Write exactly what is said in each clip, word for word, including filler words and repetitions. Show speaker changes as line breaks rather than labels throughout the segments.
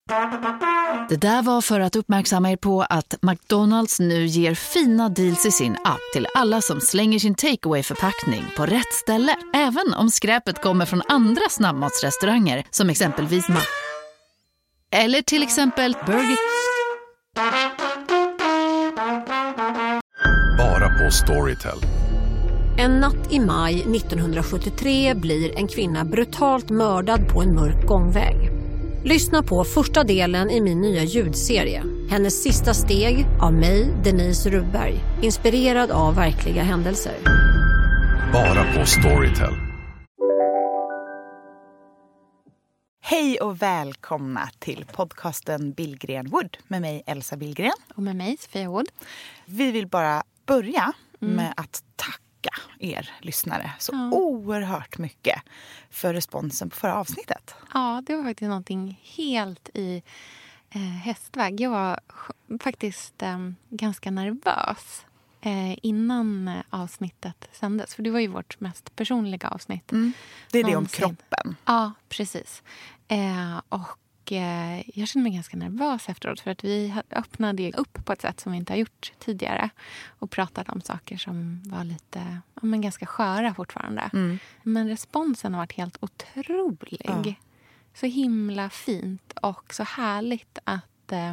Det där var för att uppmärksamma er på att McDonald's nu ger fina deals i sin app till alla som slänger sin takeaway-förpackning på rätt ställe. Även om skräpet kommer från andra snabbmatsrestauranger som exempelvis Ma... Eller till exempel Burger...
Bara på Storytel.
En natt i maj nittonhundrasjuttiotre blir en kvinna brutalt mördad på en mörk gångväg. Lyssna på första delen i min nya ljudserie. Hennes sista steg av mig, Denise Rubberg. Inspirerad av verkliga händelser.
Bara på Storytel.
Hej och välkomna till podcasten Billgren Wood med mig Elsa Billgren.
Och med mig Sofia Wood.
Vi vill bara börja
Mm.
med att tacka er lyssnare så
Ja.
oerhört mycket för responsen på förra avsnittet.
Ja, det var faktiskt någonting helt i eh, hästväg. Jag var sj- faktiskt eh, ganska nervös eh, innan eh, avsnittet sändes. För det var ju vårt mest personliga avsnitt.
Mm. Det är det om
någonsin.
kroppen.
Ja, precis. Eh, och eh, jag kände mig ganska nervös efteråt. För att vi ha- öppnade upp på ett sätt som vi inte har gjort tidigare. Och pratade om saker som var lite, ja, men ganska sköra fortfarande.
Mm.
Men responsen har varit helt otrolig.
Ja.
Så himla fint och så härligt att eh,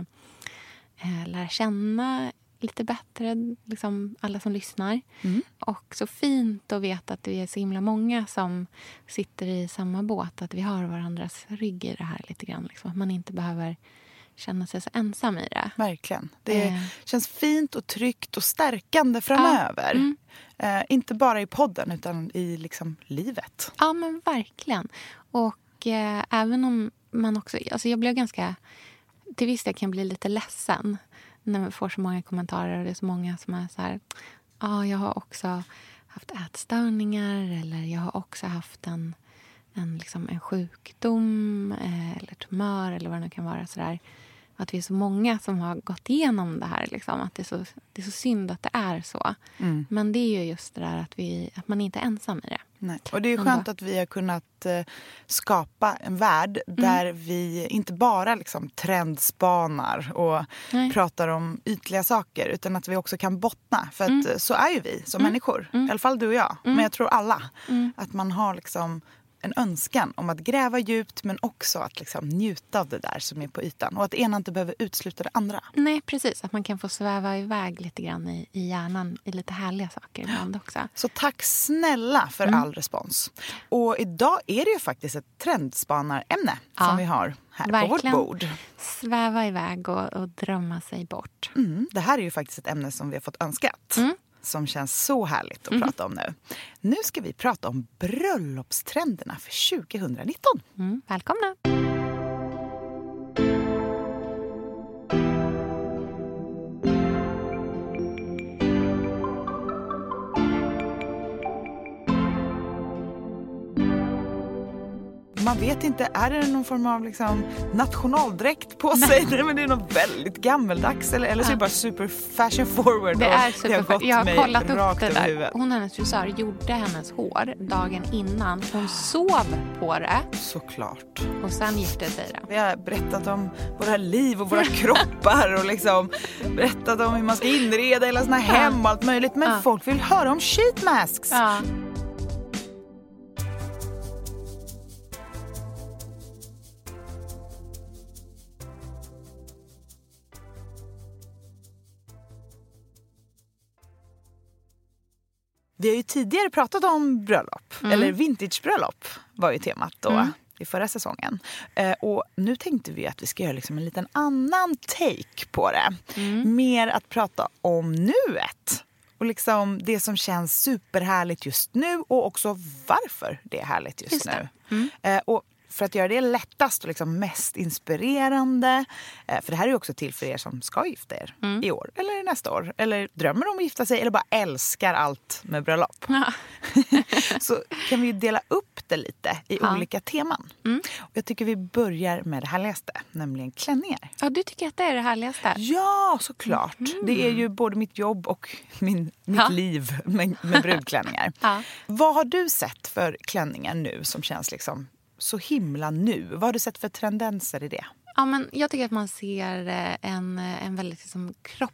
eh, lära känna lite bättre liksom alla som lyssnar.
Mm.
Och så fint att veta att vi är så himla många som sitter i samma båt. Att vi har varandras rygg i det här lite grann. Liksom. Att man inte behöver känna sig så ensam i det.
Verkligen. Det
Eh.
känns fint och tryggt och stärkande framöver.
Ja, mm.
eh, inte bara i podden utan i liksom livet.
Ja, men verkligen. Och eh, även om man också... Alltså jag blev ganska... Till viss del kan jag bli lite ledsen när man får så många kommentarer och det är så många som är så här... Ja, jag har också haft ätstörningar eller jag har också haft en, en, liksom en sjukdom eh, eller tumör eller vad det nu kan vara. Så där. Att vi är så många som har gått igenom det här. Liksom. Att det är, så, det är så synd att det är så.
Mm.
Men det är ju just det där att, vi, att man inte är ensam i det.
Nej. Och det är ju
Ändå.
skönt att vi har kunnat eh, skapa en värld där vi inte bara liksom trendspanar och
Nej.
pratar om ytliga saker utan att vi också kan bottna. För att
Mm.
eh, så är ju vi som
Mm.
människor.
Mm.
I alla fall du och jag.
Mm.
Men jag tror alla.
Mm.
Att man har liksom en önskan om att gräva djupt men också att liksom njuta av det där som är på ytan. Och att det ena inte behöver utesluta det andra.
Nej, precis. Att man kan få sväva iväg lite grann i, i hjärnan i lite härliga saker ibland också.
Så tack snälla för
Mm.
all respons. Och idag är det ju faktiskt ett trendspannarämne
Ja,
som vi har här
verkligen.
på vårt bord.
Sväva iväg och, och drömma sig bort.
Mm, det här är ju faktiskt ett ämne som vi har fått önskat.
Mm.
Som känns så härligt att
Mm.
prata om nu. Nu ska vi prata om bröllopstrenderna för tjugonitton.
Mm, välkomna!
Man vet inte, är det någon form av liksom nationaldräkt på sig? Nej, men det är något väldigt gammeldags. Eller, eller så är det bara super fashion forward.
Det
och
är
har
super.
gått
Jag har
mig
kollat upp
rakt
det
över
där.
huvudet.
Hon, hennes frisör, gjorde hennes hår dagen innan. Hon sov på det
Såklart.
och sen gifte sig det.
Vi har berättat om våra liv och våra kroppar och liksom berättat om hur man ska inreda hela sina hem och allt möjligt. Men
Ja.
folk vill höra om sheet masks.
Ja.
Vi har ju tidigare pratat om bröllop,
Mm.
eller vintagebröllop var ju temat då
Mm.
i förra säsongen. Eh, och nu tänkte vi att vi ska göra liksom en liten annan take på det.
Mm.
Mer att prata om nuet. Och liksom det som känns superhärligt just nu och också varför det är härligt just,
Just det.
nu.
Mm.
Eh, och för att göra det lättast och liksom mest inspirerande. Eh, för det här är ju också till för er som ska gifta er
Mm.
i år eller nästa år. Eller drömmer om att gifta sig eller bara älskar allt med bröllop.
Ja.
Så kan vi ju dela upp det lite i
Ja.
olika teman.
Mm.
Och jag tycker vi börjar med det härligaste, nämligen klänningar.
Ja, du tycker att det är det härligaste?
Ja, såklart.
Mm.
Det är ju både mitt jobb och min, mitt
Ja.
liv med, med brudklänningar.
Ja.
Vad har du sett för klänningar nu som känns liksom så himla nu? Vad har du sett för tendenser i det?
Ja, men jag tycker att man ser en, en väldigt liksom,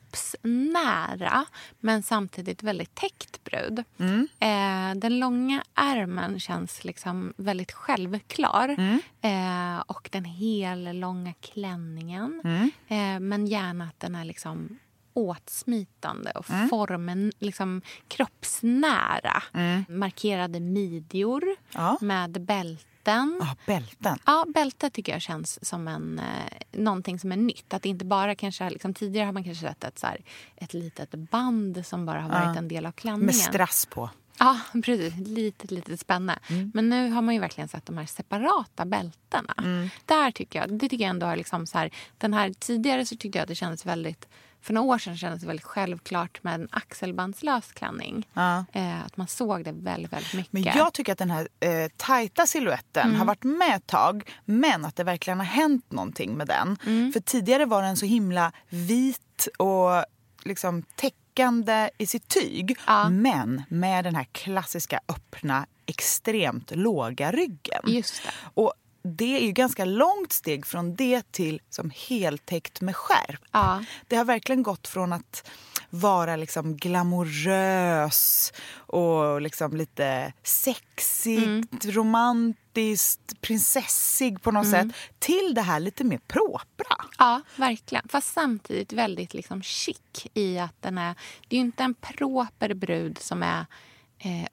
kroppsnära men samtidigt väldigt täckt brud. Mm. Eh, den långa ärmen känns liksom väldigt självklar. Mm. Eh, och den hela långa klänningen. Mm. Eh, men gärna att den är liksom åtsmitande och mm. formen liksom kroppsnära. Mm. Markerade midjor ja. Med bälte.
Ja, bälten.
Ja, bälte tycker jag känns som en, eh, någonting som är nytt. Att det inte bara kanske, liksom, tidigare har man kanske sett ett, så här, ett litet band som bara har varit ja. En del av klänningen.
Med strass på.
Ja, precis. Litet, litet spänne. Mm. Men nu har man ju verkligen sett de här separata bältena. Mm. Där tycker jag, det tycker jag ändå har liksom så här, den här tidigare så tyckte jag att det kändes väldigt, för några år sedan kändes det väldigt självklart med en axelbandslös klänning. Ja. Eh, att man såg det väldigt, väldigt mycket.
Men jag tycker att den här eh, tajta silhuetten mm. har varit med ett tag. Men att det verkligen har hänt någonting med den. Mm. För tidigare var den så himla vit och liksom täckande i sitt tyg. Ja. Men med den här klassiska öppna, extremt låga ryggen.
Just det.
Och det är ju ganska långt steg från det till som heltäckt med skärp. Ja. Det har verkligen gått från att vara liksom glamorös och liksom lite sexigt, mm. romantiskt, prinsessig på något mm. sätt till det här lite mer propra.
Ja, verkligen. Fast samtidigt väldigt liksom chic i att den är, det är ju inte en proper brud som är Eh,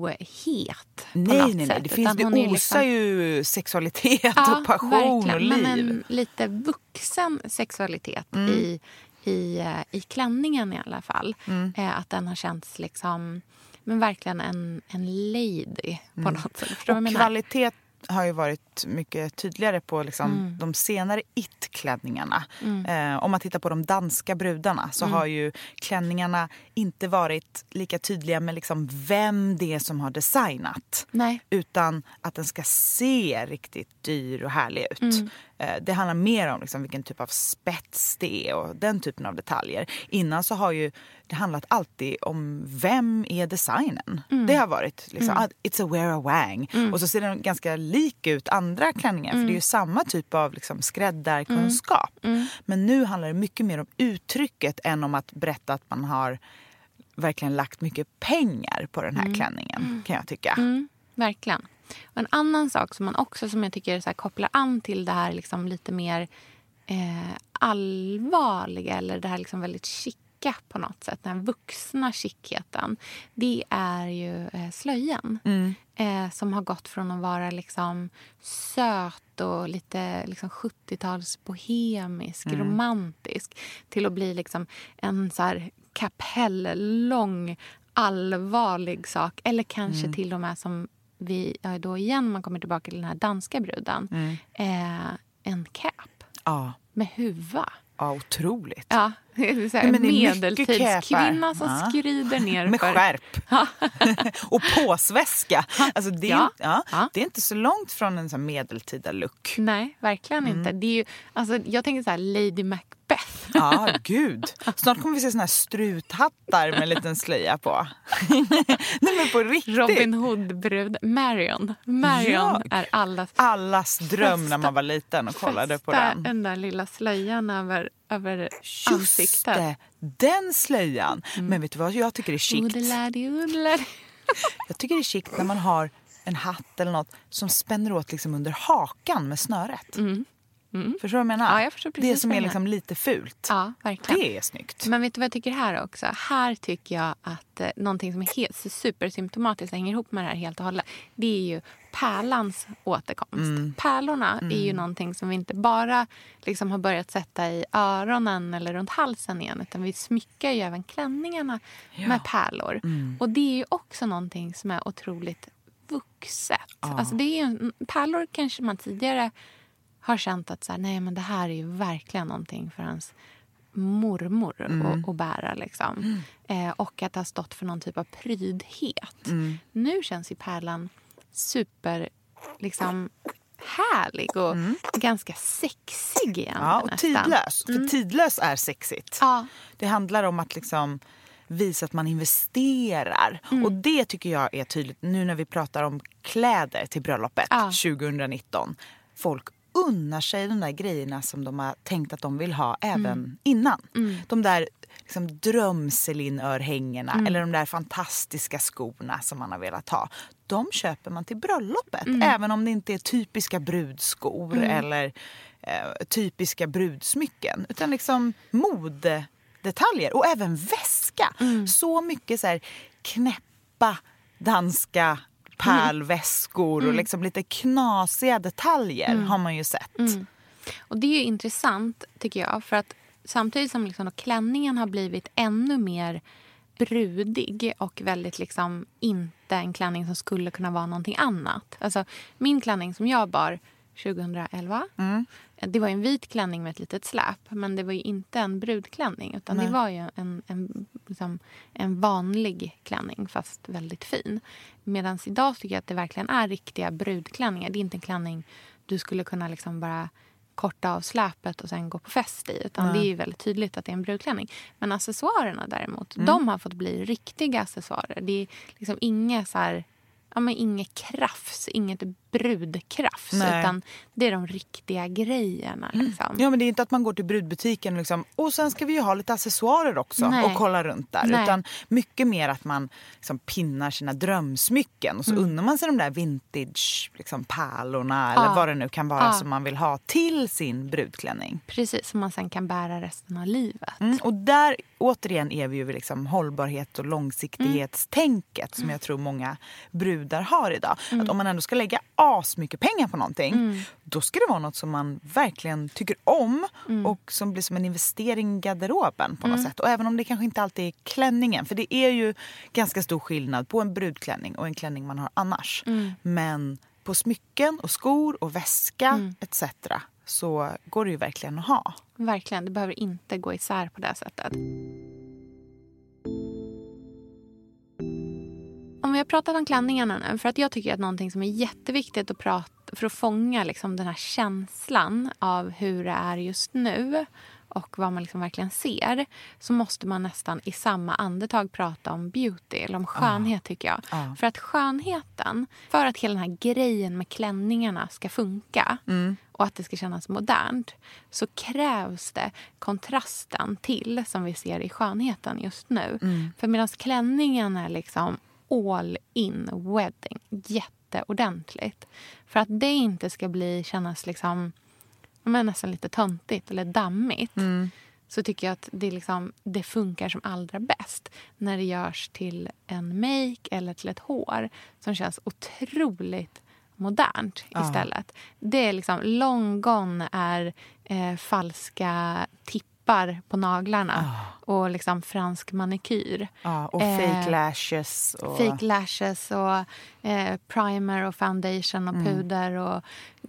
ohet på
nej,
något
nej, nej.
sätt.
Det, finns, det osar liksom ju sexualitet
ja,
och passion
verkligen.
och liv.
Men en lite vuxen sexualitet mm. i, i, i klänningen i alla fall. Mm. Eh, att den har känts liksom, men verkligen en, en lady på mm. något sätt. Förstår
och kvalitet har ju varit mycket tydligare på liksom mm. de senare it-klänningarna. Mm. Eh, om man tittar på de danska brudarna så mm. har ju klänningarna inte varit lika tydliga med liksom vem det är som har designat.
Nej.
Utan att den ska se riktigt dyr och härlig ut. Mm. Eh, det handlar mer om liksom vilken typ av spets det är och den typen av detaljer. Innan så har ju det handlat alltid om vem är designen. Mm. Det har varit liksom, mm. it's a wear a wang. Mm. Och så ser den ganska lik ut andra klänningar. Mm. För det är ju samma typ av liksom skräddarkunskap. Mm. Mm. Men nu handlar det mycket mer om uttrycket än om att berätta att man har verkligen lagt mycket pengar på den här mm. klänningen. Mm. Kan jag tycka.
Mm. Verkligen. Och en annan sak som man också som jag tycker så här, kopplar an till det här liksom lite mer eh, allvarliga eller det här liksom väldigt chic på något sätt, den vuxna chickheten, det är ju eh, slöjan. Mm. Eh, som har gått från att vara liksom söt och lite liksom sjuttio-tals bohemisk, mm. romantisk till att bli liksom en så här kapelllång, allvarlig sak. Eller kanske mm. till och med som vi, ja, då igen man kommer tillbaka till den här danska bruden, mm. eh, en cap
ja.
Med huva.
Ja, otroligt.
Ja, det är så här, en medeltidskvinna som ja. Skrider ner
med
för...
skärp. Och påsväska. Alltså det, är, ja. Ja, ja. det är inte så långt från en sån medeltida look.
Nej, verkligen mm. inte. Det är ju, alltså, jag tänker så här, Lady Macbeth.
Ja, gud. Snart kommer vi se såna här struthattar med en liten slöja på. Nej, men på riktigt.
Robin Hood-brud. Marion. Marion ja. Är allas...
Allas dröm festa, när man var liten och kollade på den.
Den där lilla slöjan över, över
Just
ansiktet.
Det, den slöjan. Mm. Men vet du vad jag tycker är chict?
Odeladi, odeladi.
Jag tycker det är chict när man har en hatt eller något som spänner åt liksom under hakan med snöret. Mm. Mm. Förstår du vad jag menar?
Ja, jag förstår precis
det som är liksom lite fult.
Ja, verkligen.
Det är snyggt.
Men vet du vad jag tycker här också? Här tycker jag att eh, någonting som är helt supersymptomatiskt hänger ihop med det här helt och hållet. Det är ju pärlans återkomst. Mm. Pärlorna mm. är ju någonting som vi inte bara liksom har börjat sätta i öronen eller runt halsen igen. Utan vi smyckar ju även klänningarna ja. Med pärlor. Mm. Och det är ju också någonting som är otroligt vuxet. Ja. Alltså det är ju, pärlor kanske man tidigare har känt att så här, nej, men det här är ju verkligen någonting för hans mormor mm. att, att bära. Liksom. Mm. Eh, och att det har stått för någon typ av prydhet. Mm. Nu känns ju pärlan super liksom, härlig och mm. ganska sexig igen.
Ja, och tidlös. Mm. För tidlös är sexigt.
Ja.
Det handlar om att liksom visa att man investerar. Mm. Och det tycker jag är tydligt nu när vi pratar om kläder till bröllopet ja. tjugonitton. Folk unnar sig de där grejerna som de har tänkt att de vill ha även mm. innan.
Mm.
De där liksom drömselinörhängena
Mm.
eller de där fantastiska skorna som man har velat ha. De köper man till bröllopet.
Mm.
Även om det inte är typiska brudskor
Mm.
eller eh, typiska brudsmycken. Utan liksom modedetaljer. Och även väska.
Mm.
Så mycket så här knäppa danska pärlväskor
Mm.
och liksom lite knasiga detaljer
Mm.
har man ju sett.
Mm. Och det är ju intressant tycker jag. För att samtidigt som liksom då klänningen har blivit ännu mer brudig och väldigt liksom inte en klänning som skulle kunna vara någonting annat. Alltså min klänning som jag bar tjugohundraelva,
Mm.
det var en vit klänning med ett litet släp, men det var ju inte en brudklänning utan
Nej.
det var ju en, en, liksom, en vanlig klänning fast väldigt fin. Medan idag tycker jag att det verkligen är riktiga brudklänningar. Det är inte en klänning du skulle kunna liksom bara korta av släpet och sen gå på fest i. Utan
Nej.
det är ju väldigt tydligt att det är en brudklänning. Men accessoarerna däremot,
Mm.
de har fått bli riktiga accessoarer. Det är liksom inget så här, ja men inget krafs, inget brudkrafs.
Nej.
Utan det är de riktiga grejerna liksom.
Ja, men det är inte att man går till brudbutiken och liksom, och sen ska vi ju ha lite accessoarer också.
Nej.
Och kolla runt där.
Nej.
Utan mycket mer att man liksom pinnar sina drömsmycken. Och så
Mm.
unnar man sig de där vintage liksom, pärlorna. Eller
Ja.
vad det nu kan vara
Ja.
som man vill ha till sin brudklänning.
Precis, som man sen kan bära resten av livet.
Mm. Och där återigen är vi ju vid liksom hållbarhet och långsiktighetstänket. Som jag tror många brudar har idag. Att om man ändå ska lägga as mycket pengar på någonting.
Mm.
Då ska det vara något som man verkligen tycker om.
Mm.
Och som blir som en investering i garderoben på något
Mm.
sätt. Och även om det kanske inte alltid är klänningen. För det är ju ganska stor skillnad på en brudklänning och en klänning man har annars.
Mm.
Men på smycken och skor och väska
Mm.
et cetera så går det ju verkligen att ha.
Verkligen, det behöver inte gå isär på det sättet. Om vi har pratat om klänningarna nu, för att jag tycker att någonting som är jätteviktigt att prata för att fånga liksom den här känslan av hur det är just nu och vad man liksom verkligen ser, så måste man nästan i samma andetag prata om beauty eller om skönhet tycker jag.
Ja.
För att skönheten, för att hela den här grejen med klänningarna ska funka
Mm.
och att det ska kännas modernt, så krävs det kontrasten till som vi ser i skönheten just nu.
Mm.
För medan klänningen är liksom all in wedding, jätteordentligt. För att det inte ska bli kännas liksom men nästan lite töntigt eller dammigt.
Mm.
Så tycker jag att det, liksom, det funkar som allra bäst när det görs till en make eller till ett hår som känns otroligt modernt
Ja.
istället. Det är liksom long gone är eh, falska tippar på naglarna och liksom fransk manikyr.
Ja, och
Eh,
fake lashes. Och...
Fake lashes och eh, primer och foundation och puder och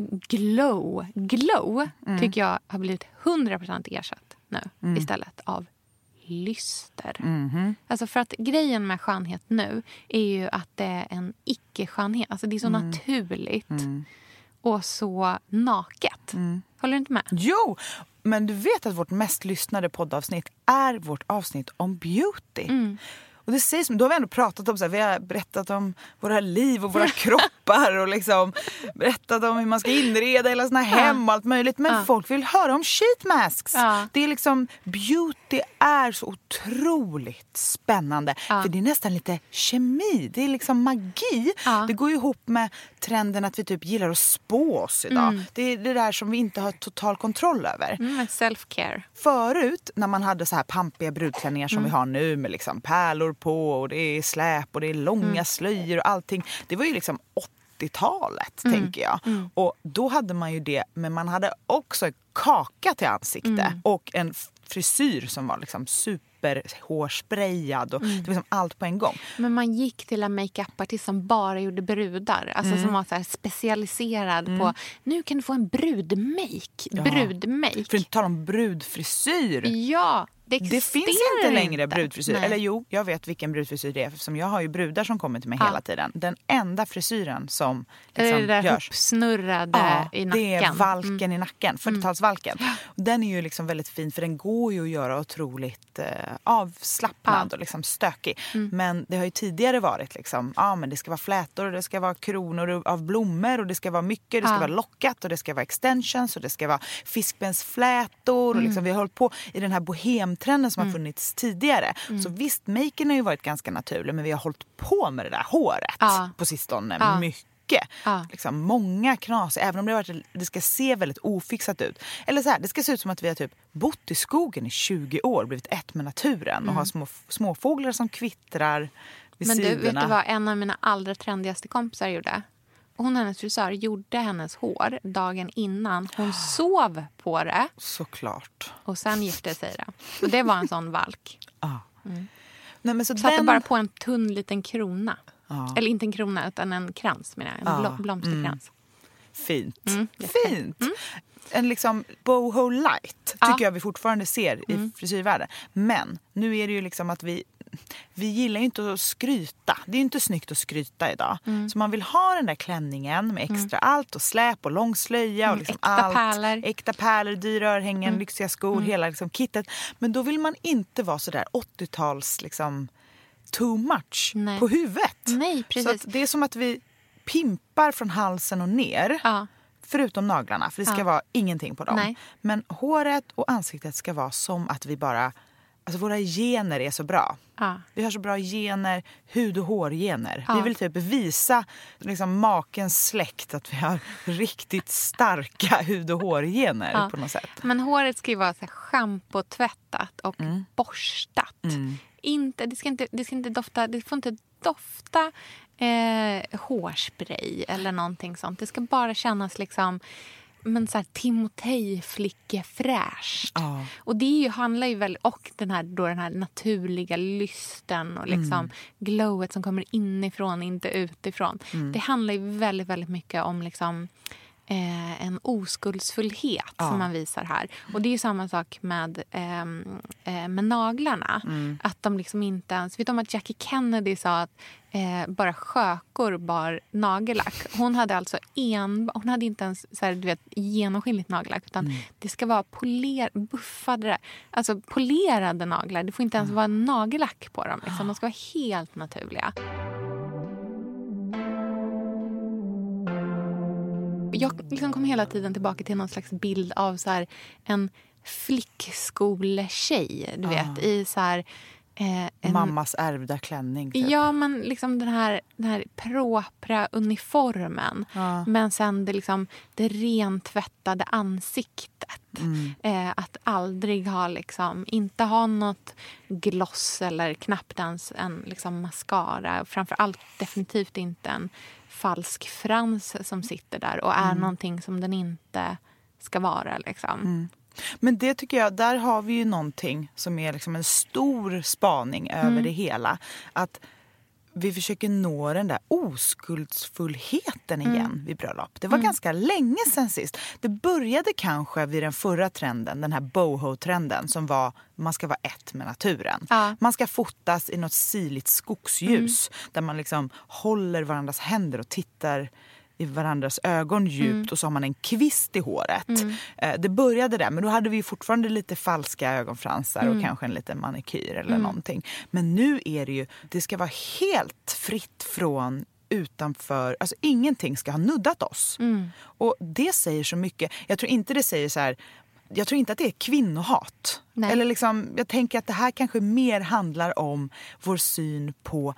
glow. Glow tycker jag har blivit hundra procent ersatt nu istället av lyster.
Mhm.
Alltså för att grejen med skönhet nu är ju att det är en icke-skönhet. Alltså det är så naturligt och så naket. Håller du inte med?
Jo, men du vet att vårt mest lyssnade poddavsnitt är vårt avsnitt om beauty.
Mm.
Och det sägs, då har vi ändå pratat om så här, vi har berättat om våra liv och våra kroppar och liksom berättat om hur man ska inreda hela såna hem och allt möjligt. Men
Ja.
folk vill höra om sheet masks.
Ja.
Det är liksom, beauty är så otroligt spännande.
Ja.
För det är nästan lite kemi, det är liksom magi.
Ja.
Det går ju ihop med trenden att vi typ gillar att spå oss idag.
Mm.
Det är det där som vi inte har total kontroll över.
Mm, self-care.
Förut när man hade så här pampiga brudklänningar som vi har nu med liksom pärlor på och det är släp och det är långa slöjor och allting. Det var ju liksom åttiotalet tänker jag. Och då hade man ju det, men man hade också en kaka till ansikte och en frisyr som var liksom super hårsprayad och det var liksom allt på en gång.
Men man gick till en makeup-artist som bara gjorde brudar. Alltså som var så här specialiserad på, nu kan du få en brudmake.
Ja.
Brudmake.
För att inte tala om brudfrisyr.
Ja, Det,
det finns inte längre brudfrisyr. Nej. Eller jo, jag vet vilken brudfrisyr det är. Eftersom jag har ju brudar som kommer till mig ja. hela tiden. Den enda frisyren som liksom
det där
görs.
Hopsnurrade
ja,
i nacken.
Det är valken mm. i nacken.
Mm.
fyrtiotalsvalken. Den är ju liksom väldigt fin. För den går ju att göra otroligt eh, avslappnad ja. och liksom stökig. Mm. Men det har ju tidigare varit liksom. Ja, men det ska vara flätor och det ska vara kronor av blommor. Och det ska vara mycket. Det ska ja. vara lockat och det ska vara extensions. Och det ska vara fiskbensflätor. Mm. Och liksom, vi har hållit på i den här bohemtrenden som mm. har funnits tidigare. Mm. Så visst, maken har ju varit ganska naturlig, men vi har hållit på med det där håret ja. på sistone ja. mycket. Ja. Liksom, många knas, även om det, har varit, det ska se väldigt ofixat ut. Eller så här, det ska se ut som att vi har typ bott i skogen i tjugo år, blivit ett med naturen mm. och har små, småfåglar som kvittrar vid
men
sidorna.
Men du, vet du vad en av mina allra trendigaste kompisar gjorde? Hon, hennes frisör, gjorde hennes hår dagen innan. Hon sov på det.
Såklart.
Och sen gifte sig det. Och det var en sån valk.
Ja.
Mm.
Nej, men så
satte
den...
bara på en tunn liten krona.
Ja.
Eller inte en krona, utan en krans, menar jag. En
ja.
blom- blomsterkrans.
Mm. Fint.
Mm,
Fint. Mm. En liksom boho light tycker ja. jag vi fortfarande ser i mm. frisyrvärlden. Men nu är det ju liksom att vi vi gillar ju inte att skryta. Det är ju inte snyggt att skryta idag. Mm. Så man vill ha den där klänningen med extra mm. allt och släp och lång slöja och liksom
äkta
allt.
Pärlor.
Äkta pärlor, dyra örhängen,
mm.
lyxiga skor,
mm.
hela liksom kittet. Men då vill man inte vara så där åttio-tals liksom too much
Nej.
på huvudet.
Nej, precis.
Så att det är som att vi pimpar från halsen och ner.
Ja.
Förutom naglarna, för det ska ja. vara ingenting på dem.
Nej.
Men håret och ansiktet ska vara som att vi bara... Alltså våra gener är så bra.
Ja.
Vi har så bra gener, hud- och hårgener.
Ja.
Vi vill typ visa liksom makens släkt att vi har riktigt starka hud- och hårgener ja. på något sätt.
Men håret ska ju vara så här schampotvättat och
mm.
borstat.
Mm.
Inte, det, ska inte, det ska inte dofta, det får inte dofta eh, hårspray eller någonting sånt. Det ska bara kännas liksom... men så här Timotej-flicke fräscht.
Ja.
Och det är ju, handlar ju väl och den här då den här naturliga lysten och liksom mm. glowet som kommer inifrån, inte utifrån. Mm. Det handlar ju väldigt väldigt mycket om liksom eh, en oskuldsfullhet ja. som man visar här. Och det är ju samma sak med eh, med naglarna, mm. att de liksom inte ens, vet du om att Jackie Kennedy sa att Eh, bara skökor bar nagellack. Hon hade alltså en, hon hade inte ens så här, du vet, genomskinligt nagellack, utan mm. det ska vara poler, buffade, alltså polerade naglar. Det får inte ens mm. vara nagellack på dem. Liksom. De ska vara helt naturliga. Jag liksom kom hela tiden tillbaka till någon slags bild av så här, en flickskoletjej, du vet, ah. i så här Eh, en,
mammas ärvda klänning typ.
Ja, men liksom den här, den här propra uniformen.
Ja.
Men sen det, liksom, det rentvättade ansiktet.
Mm.
Eh, att aldrig ha liksom, inte ha något gloss eller knappt ens en liksom, mascara. Framförallt definitivt inte en falsk frans som sitter där och är mm. någonting som den inte ska vara liksom.
Mm. Men det tycker jag, där har vi ju någonting som är liksom en stor spaning över mm. det hela. Att vi försöker nå den där oskuldsfullheten igen mm. vid bröllop. Det var mm. ganska länge sedan sist. Det började kanske vid den förra trenden, den här boho-trenden som var, man ska vara ett med naturen.
Ja.
Man ska fotas i något syrligt skogsljus mm. där man liksom håller varandras händer och tittar i varandras ögon djupt mm. och så har man en kvist i håret. Mm. Eh, det började där, men då hade vi fortfarande lite falska ögonfransar mm. och kanske en liten manikyr eller mm. någonting. Men nu är det ju, det ska vara helt fritt från utanför, alltså ingenting ska ha nuddat oss.
Mm.
Och det säger så mycket. Jag tror inte det säger så här, jag tror inte att det är kvinnohat. Nej. Eller liksom, jag tänker att det här kanske mer handlar om vår syn på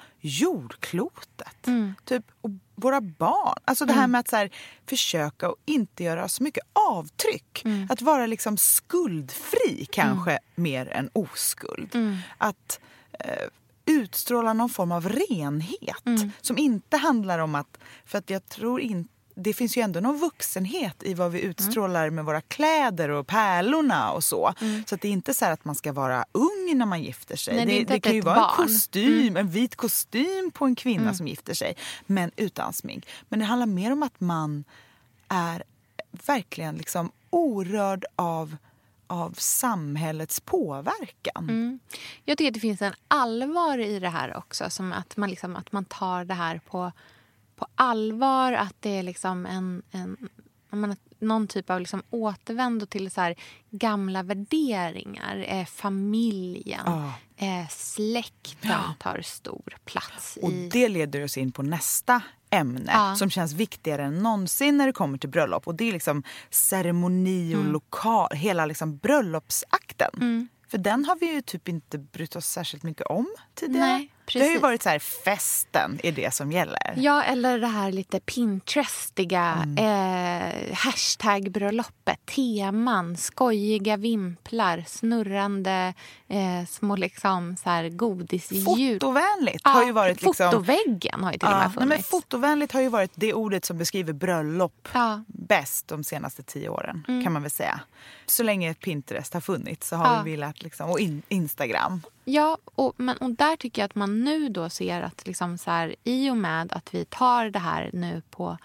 jordklotet.
Mm.
Typ, och våra barn. Alltså det här
mm.
med att så här, försöka och inte göra så mycket avtryck.
Mm.
Att vara liksom skuldfri kanske mm. mer än oskuld.
Mm.
Att eh, utstråla någon form av renhet.
Mm.
Som inte handlar om att, för att jag tror inte, det finns ju ändå någon vuxenhet i vad vi utstrålar mm. med våra kläder och pärlorna och så. Mm. Så att det är inte så här att man ska vara ung när man gifter sig.
Nej, det,
det, det kan ju vara
barn.
en kostym,
mm.
en vit kostym på en kvinna mm. som gifter sig. Men utan smink. Men det handlar mer om att man är verkligen liksom orörd av av samhällets påverkan.
Mm. Jag tycker att det finns en allvar i det här också. Som att man, liksom, att man tar det här på, på allvar. Att det är liksom en, en, menar, någon typ av liksom återvändo till så här gamla värderingar. Eh, familjen,
Ah.
eh, släkten
Ja.
tar stor plats.
Och
i...
det leder oss in på nästa ämne
Ja.
som känns viktigare än någonsin när det kommer till bröllop. Och det är liksom ceremoni och
Mm.
lokal, hela liksom bröllopsakten.
Mm.
För den har vi ju typ inte brytt oss särskilt mycket om tidigare.
Nej,
det har ju
precis.
varit så här, festen är det som gäller.
Ja, eller det här lite Pinterestiga
Mm.
eh, hashtag-bröllopet, teman, skojiga vimplar, snurrande eh, små liksom så här godisljud.
Fotovänligt
Ja,
har ju varit liksom...
fotoväggen har ju till och
Ja,
med
nej,
funnits.
men fotovänligt har ju varit det ordet som beskriver bröllop
Ja.
bäst de senaste tio åren,
Mm.
kan man väl säga. Så länge Pinterest har funnits så har
Ja.
vi velat, liksom, och in, Instagram.
Ja, och, men, och där tycker jag att man nu då ser att liksom så här, i och med att vi tar det här nu på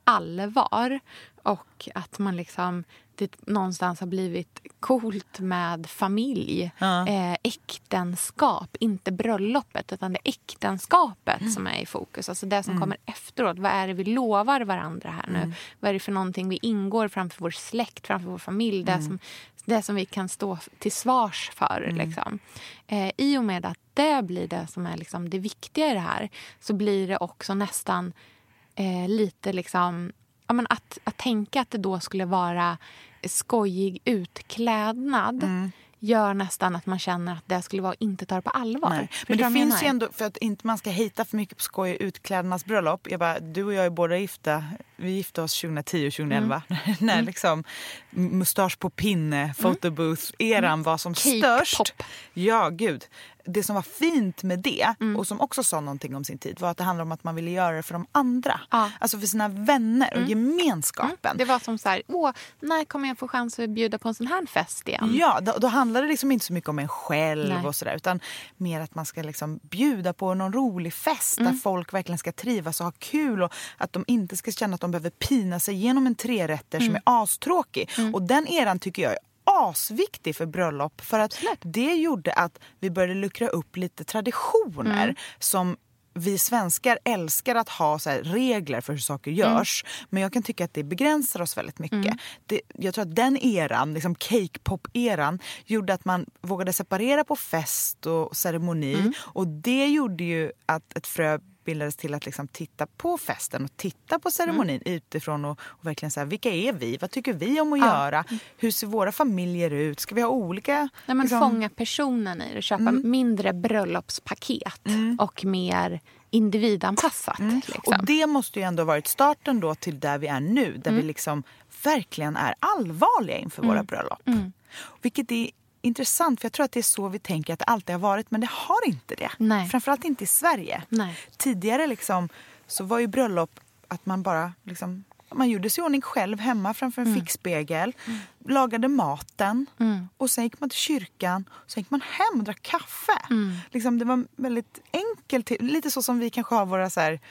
allvar och att man liksom det någonstans har blivit coolt med familj,
Ja.
eh, äktenskap, inte bröllopet utan det är äktenskapet mm. som är i fokus. Alltså det som mm. kommer efteråt. Vad är det vi lovar varandra här nu? Mm. Vad är det för någonting vi ingår framför vår släkt, framför vår familj? Mm. Det, som, det som vi kan stå till svars för. Mm. Liksom. Eh, I och med att det blir det som är liksom det viktiga i det här så blir det också nästan eh, lite liksom... Ja, men att, att tänka att det då skulle vara skojig utklädnad mm. gör nästan att man känner att det skulle vara inte ta det på allvar.
Nej. Men det finns ju ändå, för att inte man ska hejta för mycket på skoj utklädnadsbröllop. Jag bara, du och jag är båda gifta. Vi gifte oss tjugohundratio och tjugohundraelva. Mm. När
mm.
liksom mustasch på pinne, photobooth-eran mm. var som
Cake
störst.
Pop.
Ja, gud. Det som var fint med det
mm.
och som också sa någonting om sin tid var att det handlar om att man ville göra det för de andra.
Ja.
Alltså för sina vänner och
mm.
gemenskapen.
Mm. Det var som så här, åh, när kommer jag få chans att bjuda på en sån här fest igen?
Ja, då, då handlar det liksom inte så mycket om en själv
Nej.
och sådär, utan mer att man ska liksom bjuda på någon rolig fest mm. där folk verkligen ska trivas och ha kul och att de inte ska känna att de behöver pina sig genom en trerätter mm. som är astråkig. Mm. Och den eran tycker jag är asviktig för bröllop för att det gjorde att vi började luckra upp lite traditioner mm. som vi svenskar älskar att ha så här regler för hur saker görs. Mm. Men jag kan tycka att det begränsar oss väldigt mycket. Mm. Det, jag tror att den eran, liksom cake-pop-eran, gjorde att man vågade separera på fest och ceremoni. Mm. Och det gjorde ju att ett frö bildades till att liksom titta på festen och titta på ceremonin mm. utifrån och, och verkligen säga, vilka är vi? Vad tycker vi om att ja. göra? Hur ser våra familjer ut? Ska vi ha olika...
Nej, men
liksom...
fånga personen i det. Köpa mm. mindre bröllopspaket mm. och mer individanpassat.
Mm.
Liksom.
Och det måste ju ändå ha varit starten då till där vi är nu. Där mm. vi liksom verkligen är allvarliga inför mm. våra bröllop. Mm. Vilket är intressant, för jag tror att det är så vi tänker att det alltid har varit, men det har inte det.
Nej.
Framförallt inte i Sverige.
Nej.
Tidigare liksom, så var ju bröllop att man bara liksom, man gjorde sig i ordning själv hemma framför en mm. fickspegel, mm. lagade maten mm. och sen gick man till kyrkan och sen gick man hem och drack kaffe. Mm. Liksom, det var väldigt enkelt, lite så som vi kanske har våra så här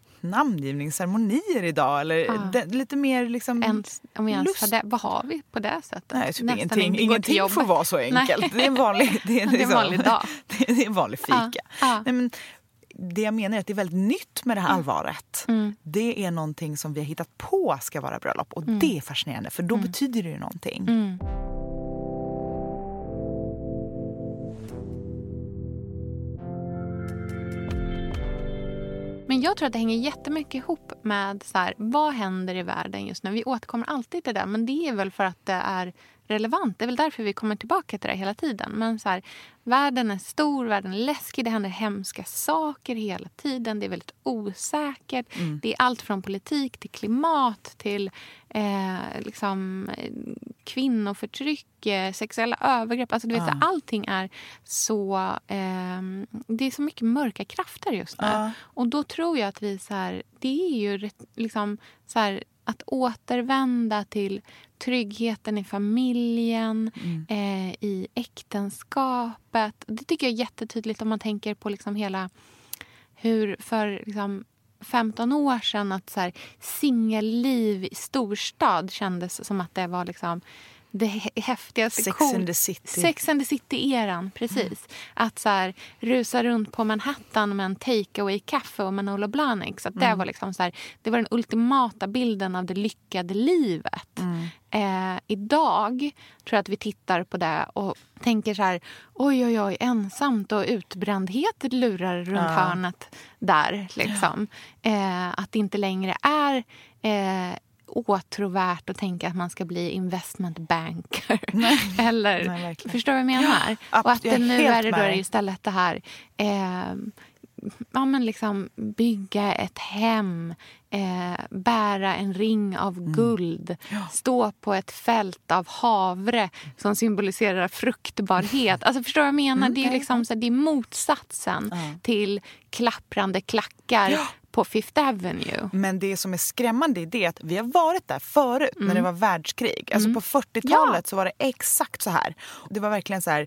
namngivningsceremonier idag eller
ja.
det, lite mer liksom
ens, om vi ens
lust.
har det, vad har vi på det sättet?
Nej, typ ingenting, ingenting får vara så enkelt.
Nej.
Det är en vanlig, det är liksom,
det är en vanlig dag.
Det är en vanlig fika.
Ja. Ja.
Nej, men det jag menar är att det är väldigt nytt med det här mm. allvaret. Mm. Det är någonting som vi har hittat på ska vara bröllop och mm. det är fascinerande för då mm. betyder det ju någonting.
Mm. Men jag tror att det hänger jättemycket ihop med så här, vad händer i världen just nu. Vi återkommer alltid till det, men det är väl för att det är relevant. Det är väl därför vi kommer tillbaka till det hela tiden. Men så här, världen är stor, världen är läskig, det händer hemska saker hela tiden. Det är väldigt osäkert. Mm. Det är allt från politik till klimat till eh, liksom, kvinnoförtryck, eh, sexuella övergrepp. Alltså, du vet,
Ja.
allting är så... Eh, det är så mycket mörka krafter just nu.
Ja.
Och då tror jag att vi så här, det är ju rätt, liksom så här, att återvända till tryggheten i familjen, mm. eh, i äktenskapet. Det tycker jag är jättetydligt om man tänker på liksom hela hur för liksom femton år sedan att så här, singelliv i storstad kändes som att det var liksom det häftigaste.
Sex
cool.
and the City.
Sex and the City-eran, precis. Mm. Att så här, rusa runt på Manhattan med en takeaway-kaffe och Manolo Blahnik. Så att det mm. var liksom så här, det var den ultimata bilden av det lyckade livet. Mm. Eh, idag tror jag att vi tittar på det och tänker så här, oj oj oj, ensamt och utbrändhet lurar runt ja. hörnet där liksom. Ja. Eh, att det inte längre är eh, åtråvärt att tänka att man ska bli investment banker. Nej. Eller, Nej, förstår du vad jag menar? Ja, och att det nu är det då istället det här eh, ja, men liksom bygga ett hem, eh, bära en ring av mm. guld, ja. stå på ett fält av havre som symboliserar fruktbarhet. Alltså förstår du vad jag menar? Mm. Det är liksom så, det är motsatsen mm. till klapprande klackar ja. på Fifth Avenue. Men
det som är skrämmande är det att vi har varit där förut mm. när det var världskrig. Alltså mm. på fyrtiotalet ja. så var det exakt så här. Det var verkligen så här,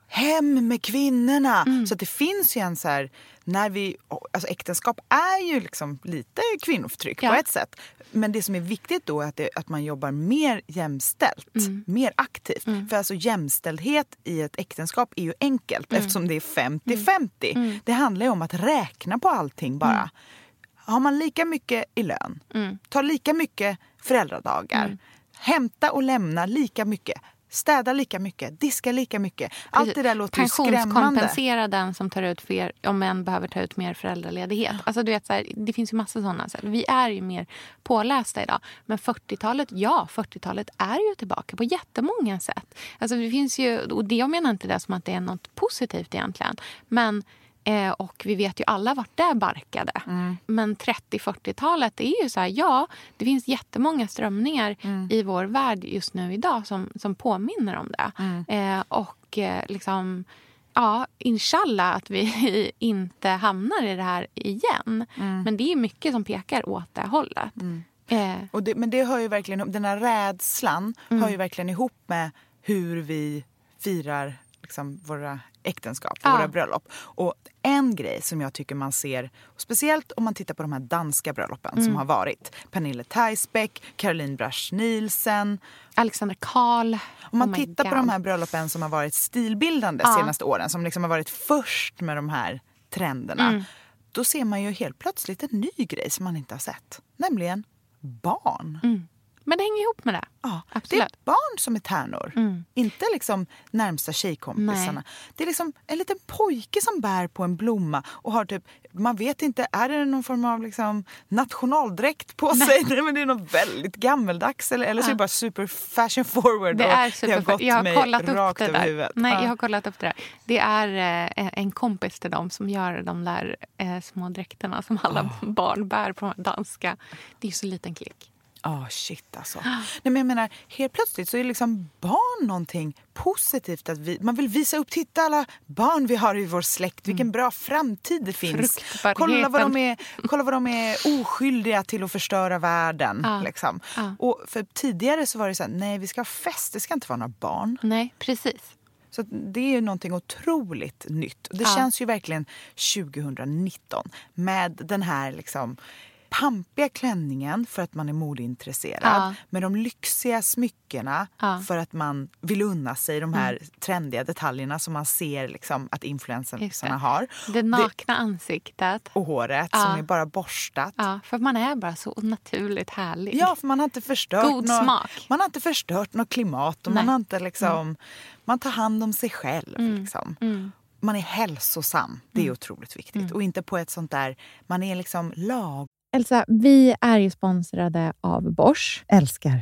hem med kvinnorna. Mm. Så att det finns ju en så här, när vi, alltså äktenskap är ju liksom lite kvinnoförtryck ja. på ett sätt. Men det som är viktigt då är att, det, att man jobbar mer jämställt, mm. mer aktivt. Mm. För alltså jämställdhet i ett äktenskap är ju enkelt mm. eftersom det är femtio femtio. Mm. Det handlar ju om att räkna på allting bara. Mm. Har man lika mycket i lön, mm. tar lika mycket föräldradagar, mm. hämta och lämna lika mycket, städa lika mycket, diska lika mycket. Allt det där låter ju skrämmande.
Pensionskompensera den som tar ut fler, om män behöver ta ut mer föräldraledighet. Alltså du vet så här, det finns ju massa sådana. Så här, vi är ju mer pålästa idag. Men fyrtiotalet, ja, fyrtiotalet är ju tillbaka på jättemånga sätt. Alltså det finns ju, och det jag menar inte det som att det är något positivt egentligen. Men Eh, och vi vet ju alla vart det barkade. Mm. Men trettio-fyrtiotalet är ju så här, ja, det finns jättemånga strömningar mm. i vår värld just nu idag som, som påminner om det. Mm. Eh, och eh, liksom, ja, inshallah att vi inte hamnar i det här igen. Mm. Men det är mycket som pekar åt det hållet. Mm.
Eh. Och det, men det hör ju verkligen, den här rädslan mm. hör ju verkligen ihop med hur vi firar liksom våra äktenskap, ja. våra bröllop. Och en grej som jag tycker man ser, speciellt om man tittar på de här danska bröllopen mm. som har varit. Pernille Theisbeck, Caroline Brasch Nielsen,
Alexander Karl.
Om man oh tittar på de här bröllopen som har varit stilbildande ja. senaste åren, som liksom har varit först med de här trenderna. Mm. Då ser man ju helt plötsligt en ny grej som man inte har sett. Nämligen barn.
Mm. Men det hänger ihop med det.
Ja, det är barn som är tärnor. Mm. Inte liksom närmsta tjejkompisarna. Nej. Det är liksom en liten pojke som bär på en blomma och har typ, man vet inte, är det någon form av liksom nationaldräkt på Nej. sig? Nej, men det är något väldigt gammeldags eller, eller så ja. är det bara super fashion forward.
Det är super,
det har gått
jag har
mig
kollat upp
rakt
det
över
där.
huvudet.
Nej,
ja.
jag har kollat upp det där. Det är eh, en kompis till dem som gör de där eh, små dräkterna som alla oh. barn bär på danska. Det är ju så liten klick.
Ja, oh, shit alltså. Nej, men jag menar, helt plötsligt så är liksom barn någonting positivt. Att vi, man vill visa upp, titta alla barn vi har i vår släkt. Vilken mm. bra framtid det finns. Kolla vad, de är, kolla vad de är oskyldiga till att förstöra världen. Ja. Liksom. Ja. Och för tidigare så var det så här, nej vi ska ha fest, det ska inte vara några barn.
Nej, precis.
Så det är ju någonting otroligt nytt. Det ja. känns ju verkligen tjugonitton med den här liksom pampiga klänningen för att man är modeintresserad. Ja. Med de lyxiga smyckena ja. för att man vill unna sig de här mm. trendiga detaljerna som man ser liksom att influencerna har.
Det nakna det, ansiktet.
Och håret ja. som är bara borstat.
Ja, för man är bara så naturligt härlig.
Ja, för man har inte förstört
God
något,
smak.
Man har inte förstört något klimat och man har inte liksom mm. man tar hand om sig själv mm. liksom. Mm. Man är hälsosam. Det är mm. otroligt viktigt. Mm. Och inte på ett sånt där, man är liksom lag.
Elsa, vi är ju sponsrade av Bosch.
Älskar.